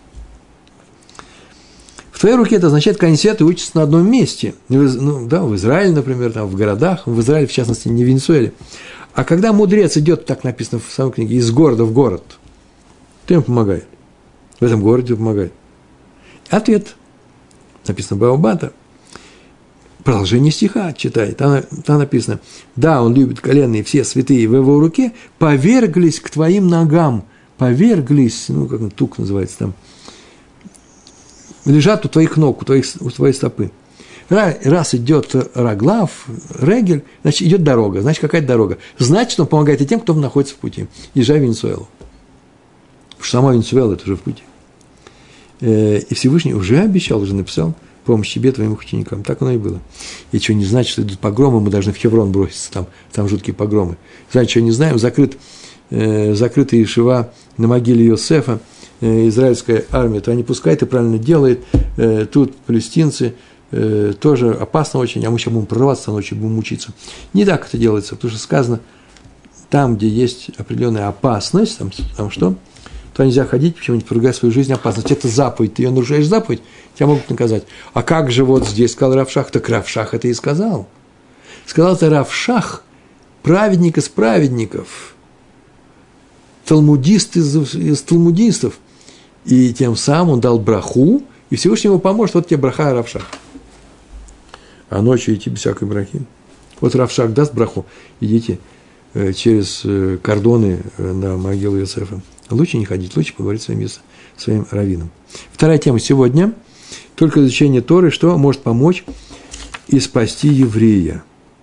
В твоей руке это означает, когда они сидят и учатся на одном месте. Ну, да, в Израиле, например, там, в городах, в Израиле, в частности, не в Венесуэле. А когда мудрец идет, так написано в самой книге, из города в город, то ему помогает. В этом городе помогает. Ответ. Написано Бава Батра. Продолжение стиха читает. Там написано, да, он любит коленные все святые в его руке, поверглись к твоим ногам. Поверглись, ну, как тук называется там, лежат у твоих ног, у твоей стопы. Раз идет Раглав, Регель, значит, идет дорога, значит, какая-то дорога. Значит, он помогает и тем, кто находится в пути, езжай в Венесуэлу. Потому что сама Венесуэла – это уже в пути. И Всевышний уже обещал, уже написал помощь тебе, твоим ученикам. Так оно и было. И что не значит, что идут погромы, мы должны в Хеврон броситься, там жуткие погромы. Знаете, что не знаем, закрытая ешива на могиле Йосефа, израильская армия, то не пускает и правильно делает. Тут палестинцы тоже опасно очень, а мы сейчас будем прорываться ночью, будем мучиться. Не так это делается, потому что сказано, там, где есть определенная опасность, там что, то нельзя ходить, почему-нибудь подвергать свою жизнь опасности. Это заповедь, ты ее нарушаешь заповедь, тебя могут наказать. А как же вот здесь сказал Рав Шах, так Рав Шах это и сказал. Сказал это Рав Шах, праведник из праведников, талмудист из талмудистов. И тем самым он дал браху, и Всевышний ему поможет, вот тебе браха Рав Шах. А ночью идти без всякой брахи. Вот Рав Шах даст браху, идите через кордоны на могилу Йосефа. Лучше не ходить, лучше поговорить своим раввином. Вторая тема сегодня. Только изучение Торы, что может помочь и спасти еврея.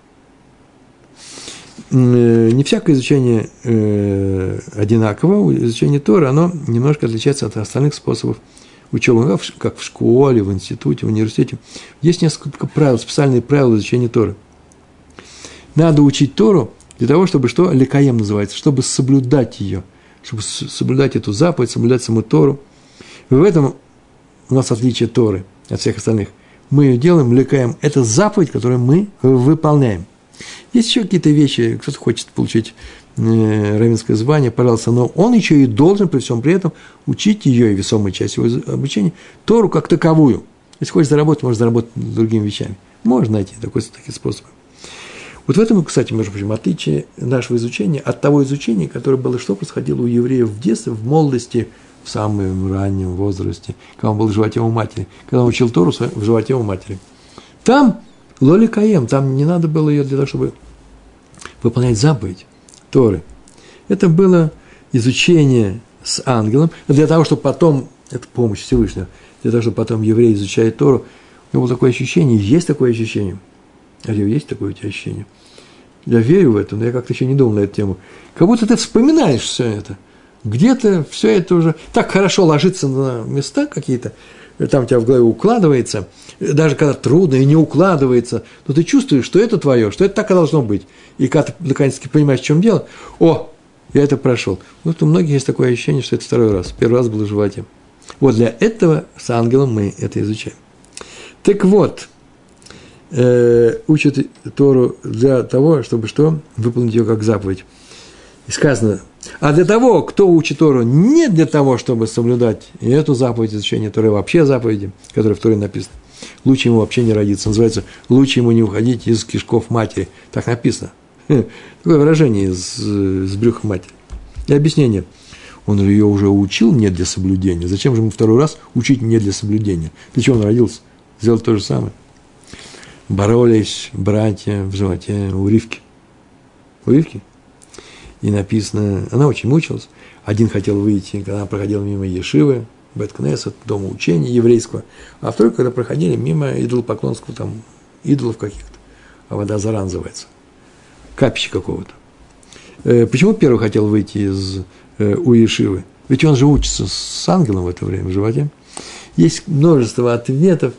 Не всякое изучение одинаково. Изучение Торы, оно немножко отличается от остальных способов учебы, как в школе, в институте, в университете, есть несколько правил, специальные правила изучения Торы. Надо учить Тору для того, чтобы что? Лекаем называется, чтобы соблюдать ее, чтобы соблюдать эту заповедь, соблюдать саму Тору. И в этом у нас отличие Торы от всех остальных. Мы ее делаем, лекаем. Это заповедь, которую мы выполняем. Есть еще какие-то вещи, кто-то хочет получить раввинское звание, пожалуйста, но он еще и должен при всем при этом учить ее, и весомая часть его обучения, Тору как таковую. Если хочешь заработать, можно заработать другими вещами. Можно найти такие способы. Вот в этом, кстати, между прочим, отличие нашего изучения от того изучения, которое было, что происходило у евреев в детстве, в молодости, в самом раннем возрасте, когда он был в животе у матери, когда он учил Тору в животе у матери. Там лоли каем, там не надо было ее для того, чтобы выполнять заповедь Торы. Это было изучение с ангелом, для того, чтобы потом, это помощь Всевышнего, для того, чтобы потом еврей изучает Тору, у него было такое ощущение, есть такое ощущение. Алио, есть такое у тебя ощущение? Я верю в это, но я как-то еще не думал на эту тему. Как будто ты вспоминаешь все это. Где-то все это уже так хорошо ложится на места какие-то, там у тебя в голове укладывается, даже когда трудно и не укладывается, но ты чувствуешь, что это твое, что это так и должно быть. И когда ты наконец-таки понимаешь, в чем дело, я это прошел. Вот у многих есть такое ощущение, что это второй раз. Первый раз был в животе. Вот для этого с ангелом мы это изучаем. Так вот, учат Тору для того, чтобы что? Выполнить ее как заповедь. И сказано, а для того, кто учит Тору, не для того, чтобы соблюдать и эту заповедь изучения Торы, вообще заповеди, которые в Торе написаны, лучше ему вообще не родиться. Называется, лучше ему не уходить из кишков матери. Так написано. Такое выражение из брюха матери. И объяснение. Он ее уже учил не для соблюдения. Зачем же ему второй раз учить не для соблюдения? Для чего он родился? Сделал то же самое. Боролись братья в животе у Ривки. У Ривки. И написано, она очень мучилась. Один хотел выйти, когда она проходила мимо Ешивы, Бет-Кнессет, дома учения еврейского, а второй, когда проходили мимо идолопоклонского, там, идолов каких-то, Авода Зара называется, капища какого-то. Почему первый хотел выйти у Ешивы? Ведь он же учится с ангелом в это время в животе. Есть множество ответов.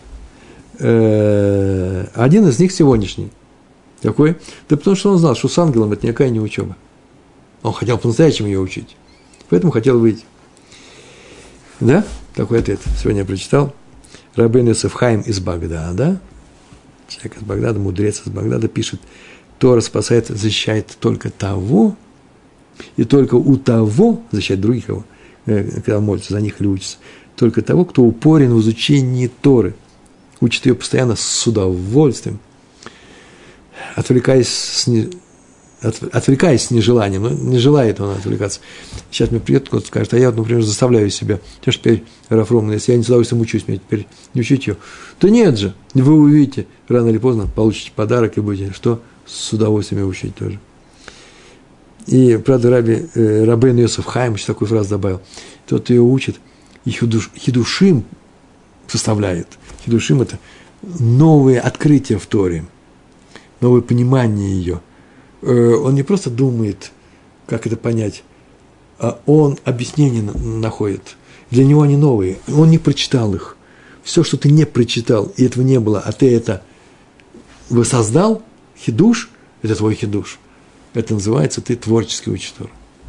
Один из них сегодняшний. Какой? Да потому что он знал, что с ангелом это никакая не учеба. Он хотел по-настоящему ее учить. Поэтому хотел выйти. Да? Такой ответ. Сегодня я прочитал. Рабейну Йосеф Хаим из Багдада. Человек из Багдада, мудрец из Багдада, пишет, Тора спасает, защищает только того, и только у того, защищает других, когда молится за них или учится, только того, кто упорен в изучении Торы. Учит ее постоянно с удовольствием, отвлекаясь с нежеланием, но не желает он отвлекаться. Сейчас мне придет кто-то скажет, а я, например, заставляю себя, что ж теперь, Рав Роман, если я не с удовольствием учусь, мне теперь не учить ее. Да нет же, вы увидите, рано или поздно получите подарок и будете, что с удовольствием учить тоже. И, правда, Рабейну Йосеф Хаим еще такую фразу добавил. Тот ее учит, и хидушим составляет. Хидушим – это новые открытия в Торе, новое понимание ее. Он не просто думает, как это понять, а он объяснения находит. Для него они новые. Он не прочитал их. Все, что ты не прочитал, и этого не было, а ты это воссоздал, хидуш – это твой хидуш. Это называется, ты творческий учитель.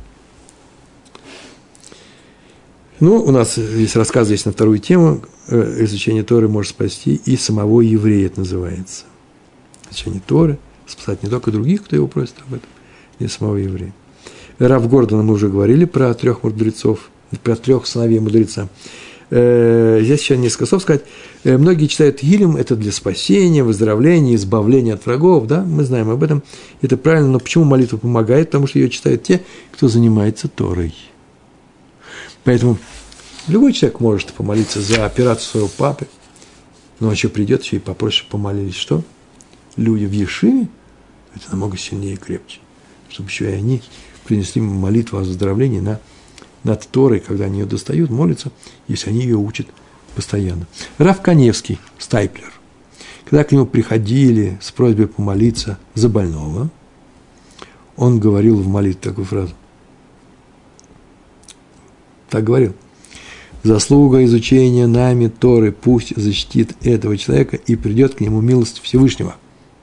Ну, у нас есть рассказ здесь на вторую тему. Изучение Торы может спасти и самого еврея, это называется. Изучение Торы спасать не только других, кто его просит об этом, и самого еврея. Рав Гордона мы уже говорили про 3 мудрецов, про 3 сыновей мудреца. Здесь еще несколько слов сказать. Многие читают Гилем, это для спасения, выздоровления, избавления от врагов, да, мы знаем об этом, это правильно, но почему молитва помогает? Потому что ее читают те, кто занимается Торой. Поэтому любой человек может помолиться за операцию своего папы, но он еще придет, еще и попроще помолились. Что? Люди в Ешиве, это намного сильнее и крепче, чтобы еще и они принесли молитву о выздоровлении над Торой, когда они ее достают, молятся, если они ее учат постоянно. Рав Каневский, Стайплер, когда к нему приходили с просьбой помолиться за больного, он говорил в молитве такую фразу. Так говорил. заслуга изучения нами Торы пусть защитит этого человека и придет к нему милость Всевышнего.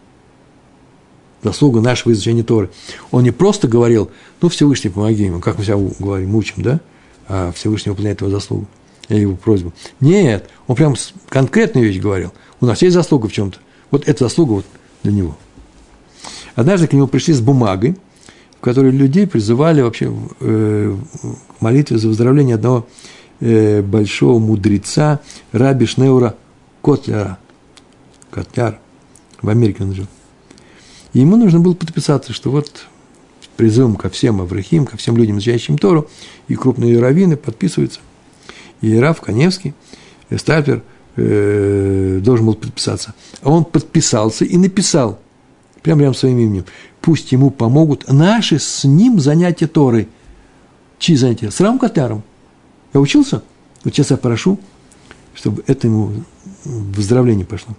Заслуга нашего изучения Торы. Он не просто говорил, Всевышний, помоги ему, как мы себя говорим, учим, да? А Всевышний выполняет его заслугу, его просьбу. Нет, он прям конкретную вещь говорил. У нас есть заслуга в чем-то. Вот эта заслуга вот для него. Однажды к нему пришли с бумагой, в которой людей призывали вообще к молитве за выздоровление одного большого мудреца Раби Шнеура Котляра. Котляр. В Америке он жил. И ему нужно было подписаться, что вот призывом ко всем аврахим, ко всем людям, изучающим Тору, и крупные раввины подписываются. И Рав Каневский, Стальпер, должен был подписаться. А он подписался и написал, прямо рядом своим именем, пусть ему помогут наши с ним занятия Торой. Чьи занятия? С Равом Котляром. Я учился? Вот сейчас я прошу, чтобы это ему выздоровление пошло.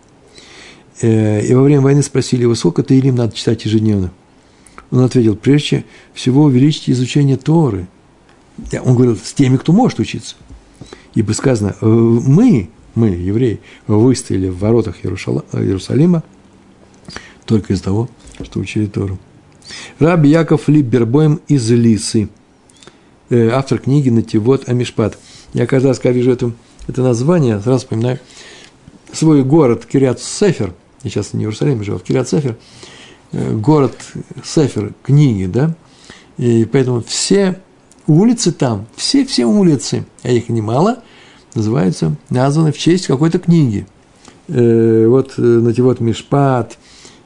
И во время войны спросили его, сколько Теилим надо читать ежедневно. Он ответил, прежде всего увеличьте изучение Торы. Он говорил, с теми, кто может учиться. Ибо сказано, мы, евреи, выстояли в воротах Иерусалима только из-за того, что учили Тору. Раби Яков Либербойм из Лисы, автор книги «Нативот Амишпат». Я каждый раз, когда вижу это название, сразу вспоминаю свой город Кирьят-Сефер. Я сейчас не в Иерусалиме живу, а в Кирьят-Сефер. Город Сефер, книги, да? И поэтому все улицы там, все улицы, а их немало, названы в честь какой-то книги. Вот «Нативот Мишпат»,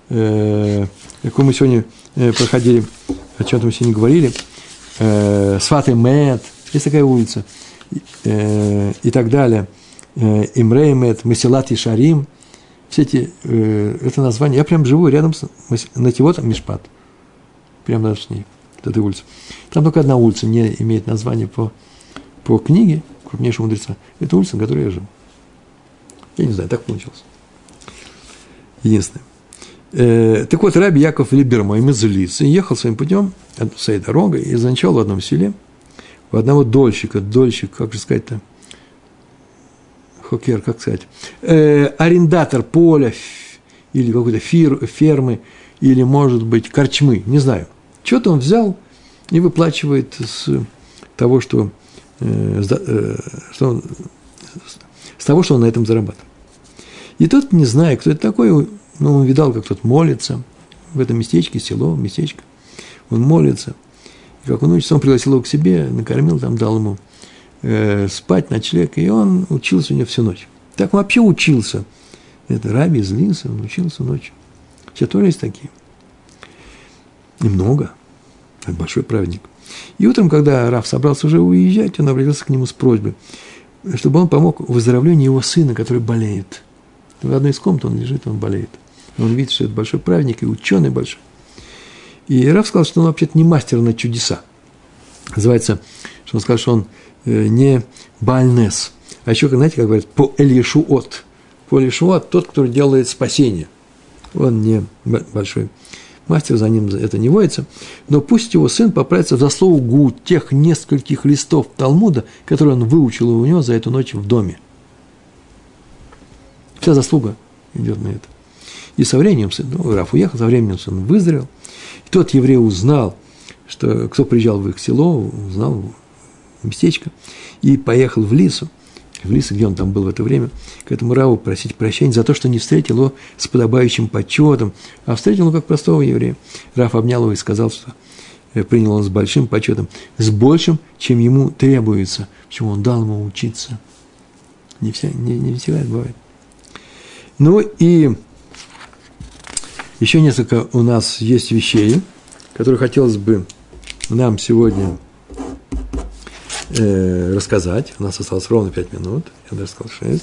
какую мы сегодня проходили, о чем-то мы сегодня говорили, Сфат Эмет, есть такая улица, и так далее, Имре Эмет, Месилат Ешарим, все эти, это название, я прям живу рядом с Нативотом Мишпат, прямо даже с ней, с этой улицы. Там только одна улица не имеет названия по книге крупнейшего мудреца, это улица, на которой я живу. Я не знаю, так получилось. Единственное. Так вот, Раби Яков Либербойм из Лисы ехал своим путем, своей дорогой, и заночевал в одном селе у одного дольщика, как же сказать-то, хокер, как сказать, арендатор поля или какой-то фермы, или, может быть, корчмы, не знаю. Что-то он взял и выплачивает с того, что он на этом зарабатывает. И тот, не зная, кто это такой, он видал, как тот молится в этом местечке, местечко. Он молится. И как он учится, он пригласил его к себе, накормил, там дал ему спать, ночлег, и он учился у него всю ночь. Так он вообще учился. Это Раби из Лисы, он учился ночью. Все тоже есть такие. И много. Это большой праведник. И утром, когда Рав собрался уже уезжать, он обратился к нему с просьбой, чтобы он помог в выздоровлении его сына, который болеет. В одной из комнат он лежит, он болеет. Он видит, что это большой праведник и ученый большой. И Рав сказал, что он вообще-то не мастер на чудеса. Называется, что он сказал, что он не Баальнес. А еще, знаете, как говорят, по Эль-Ешуот. По Эль-Ешуот тот, который делает спасение. Он не большой мастер, за ним это не водится. Но пусть его сын поправится в заслугу тех нескольких листов Талмуда, которые он выучил у него за эту ночь в доме. Вся заслуга идет на это. И со временем сын, Раф уехал, со временем сын выздоровел. И тот еврей узнал, что кто приезжал в их село, узнал местечко, и поехал в Лису, где он там был в это время, к этому Раву просить прощения за то, что не встретил его с подобающим почетом, а встретил его как простого еврея. Рав обнял его и сказал, что принял он с большим почетом, с большим, чем ему требуется, почему он дал ему учиться. Не всегда это бывает. Ну и еще несколько у нас есть вещей, которые хотелось бы нам сегодня рассказать. У нас осталось ровно 5 минут, я даже сказал 6.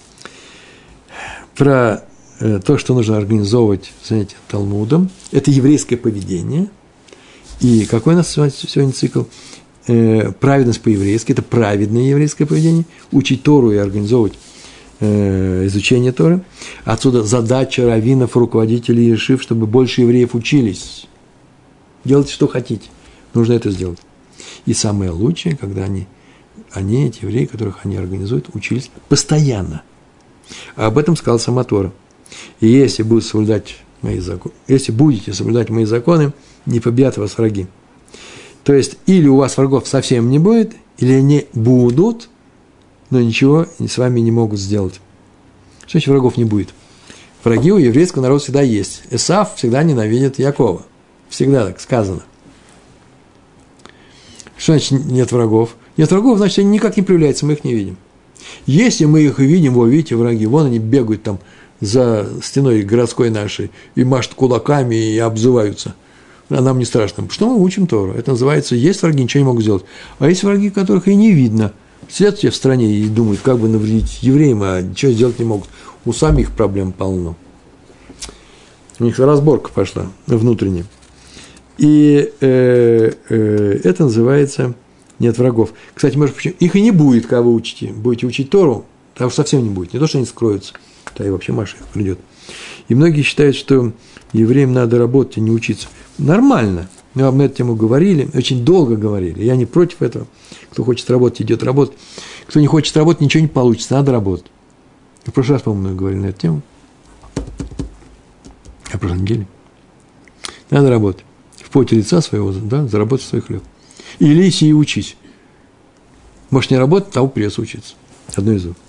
Про то, что нужно организовывать занятия Талмудом. Это еврейское поведение. И какой у нас сегодня цикл? Праведность по-еврейски. Это праведное еврейское поведение. Учить Тору и организовывать изучение Торы. Отсюда задача раввинов, руководителей ешив, чтобы больше евреев учились. Делайте, что хотите. Нужно это сделать. И самое лучшее, когда они они, эти евреи, которых они организуют, учились постоянно. А об этом сказал сама Тора. И если будете соблюдать мои законы, не победят вас враги. То есть, или у вас врагов совсем не будет, или они будут, но ничего с вами не могут сделать. Что значит врагов не будет? Враги у еврейского народа всегда есть. Эсав всегда ненавидит Якова. Всегда так сказано. Что значит нет врагов? Нет врагов, значит, они никак не проявляются, мы их не видим. Если мы их видим, видите, враги, вон они бегают там за стеной городской нашей и машут кулаками и обзываются. А нам не страшно. Что мы учим Тору? Это называется, есть враги, ничего не могут сделать. А есть враги, которых и не видно. Сидят все в стране и думают, как бы навредить евреям, а ничего сделать не могут. У самих проблем полно. У них разборка пошла внутренняя. И это называется нет врагов. Кстати, может, почему? Их и не будет, когда вы учите. Будете учить Тору, там совсем не будет. Не то, что они скроются, да и вообще Машиах придет. И многие считают, что евреям надо работать, а не учиться. Нормально. Мы об эту тему говорили, очень долго говорили. Я не против этого. Кто хочет работать, идет работать. Кто не хочет работать, ничего не получится. Надо работать. В прошлый раз, по-моему, говорили на эту тему. А в прошлой неделе. Надо работать. В поте лица своего, да, заработать свой хлеб. Или иди и учись. Можешь не работать, тому придется учиться. Одно из двух.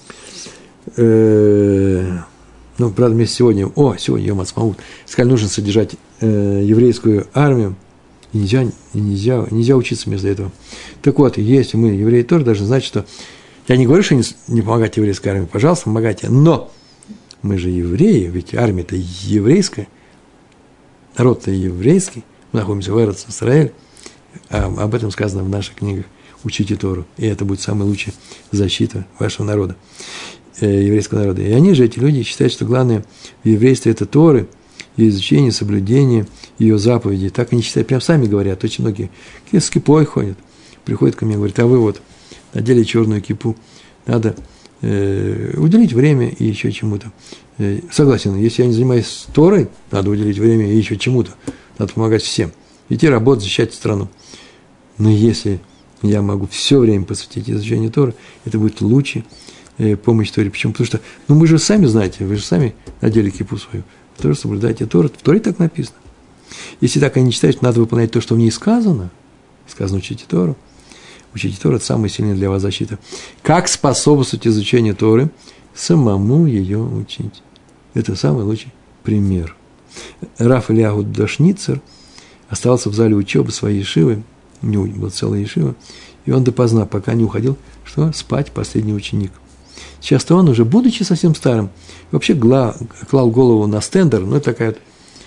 Ну, правда, вместе сегодня Йом Ацмаут, сказали, нужно содержать еврейскую армию, и нельзя учиться вместо этого. Так вот, если мы, евреи, тоже должны знать, что я не говорю, что не помогать еврейской армии, пожалуйста, помогайте, но мы же евреи, ведь армия-то еврейская, народ-то еврейский, мы находимся в Эрец Исраэль, об этом сказано в наших книгах, учите Тору, и это будет самая лучшая защита вашего народа, еврейского народа. И они же, эти люди, считают, что главное в еврействе – это Торы, ее изучение, соблюдение ее заповедей. Так они считают, прям сами говорят, очень многие с кипой ходят, приходят ко мне и говорят, а вы вот надели черную кипу, надо уделить время и еще чему-то. Согласен, если я не занимаюсь Торой, надо уделить время и еще чему-то, надо помогать всем, идти работать, защищать страну. Но если я могу все время посвятить изучению Торы, это будет лучше помощь Торе. Почему? Потому что, вы же сами знаете, вы же сами надели кипу свою, вы тоже соблюдаете Тору, в Торе так написано. Если так они считают, что надо выполнять то, что в ней сказано учите Тору. Учите Тору – это самая сильная для вас защита. Как способствовать изучению Торы? Самому ее учить. Это самый лучший пример. Рав Ильяху Дашницер оставался в зале учебы своей ешивы, у него была целая ешива, и он допоздна, пока не уходил, что спать последний ученик. Сейчас-то он уже, будучи совсем старым, вообще клал голову на стендер, это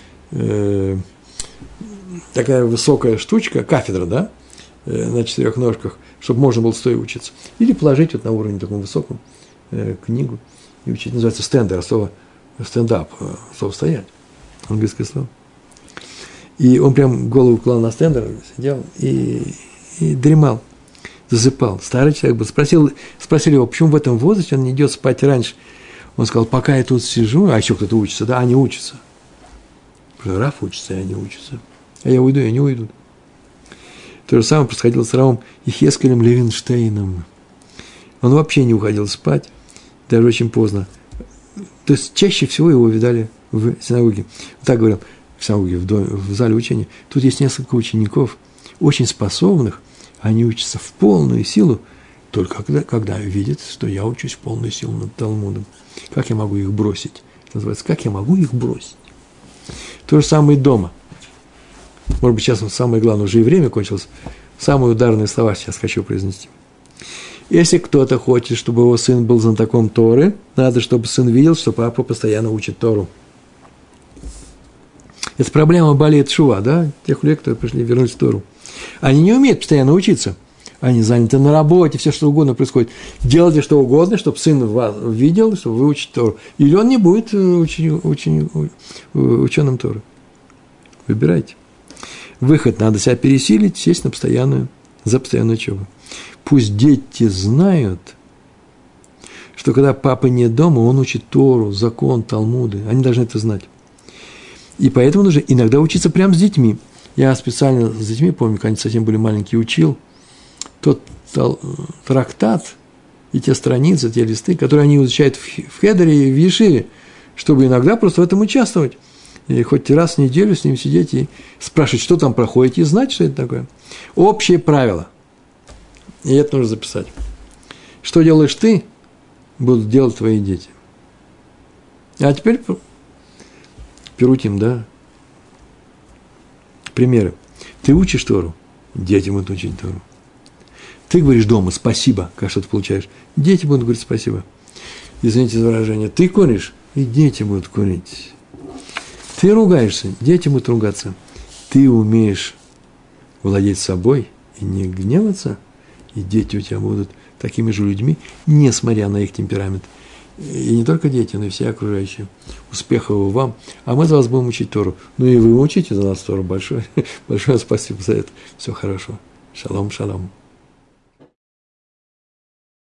такая высокая штучка, кафедра, да, на 4 ножках, чтобы можно было стоя учиться. Или положить вот на уровне таком высоком книгу и учить. Называется стендер, слово стендап, слово стоять, английское слово. И он прям голову клал на стендер, сидел и дремал, засыпал. Старый человек был. Спросили его, почему в этом возрасте он не идет спать раньше. Он сказал, пока я тут сижу, а еще кто-то учится, да, они учатся. Раф учится, и они учатся. А я уйду, и они уйдут. То же самое происходило с Равом Йехескелем Левинштейном. Он вообще не уходил спать, даже очень поздно. То есть чаще всего его видали в синагоге. Он так говорил, в синагоге, в зале учения. Тут есть несколько учеников, очень способных, они учатся в полную силу, только когда видят, что я учусь в полную силу над Талмудом. Как я могу их бросить? Это называется, как я могу их бросить? То же самое и дома. Может быть, сейчас самое главное, уже и время кончилось. Самые ударные слова сейчас хочу произнести. Если кто-то хочет, чтобы его сын был знатоком Торы, надо, чтобы сын видел, что папа постоянно учит Тору. Это проблема болеет шува, да? Тех людей, которые пришли вернуть Тору. Они не умеют постоянно учиться. Они заняты на работе, все что угодно происходит. Делайте что угодно, чтобы сын вас видел, чтобы вы учите Тору. Или он не будет ученым Торы. Выбирайте. Выход, надо себя пересилить, сесть за постоянную учебу. Пусть дети знают, что когда папа не дома, он учит Тору, закон, Талмуды. Они должны это знать. И поэтому нужно иногда учиться прямо с детьми. Я специально с детьми, помню, когда они совсем были маленькие, учил. тот трактат и те страницы, те листы, которые они изучают в хедере и в ешиве, чтобы иногда просто в этом участвовать. И хоть раз в неделю с ним сидеть и спрашивать, что там проходит, и знать, что это такое. Общее правило. И это нужно записать. Что делаешь ты, будут делать твои дети. А теперь Перутим, да? Примеры. Ты учишь Тору, дети будут учить Тору. Ты говоришь дома «спасибо», как что-то получаешь. Дети будут говорить «спасибо». Извините за выражение. Ты куришь, и дети будут курить. Ты ругаешься, дети будут ругаться. Ты умеешь владеть собой и не гневаться, и дети у тебя будут такими же людьми, несмотря на их темперамент. И не только дети, но и все окружающие. Успехов вам. А мы за вас будем учить Тору. Ну и вы учите за нас Тору. Большое спасибо за это. Всего хорошего. Шалом, шалом.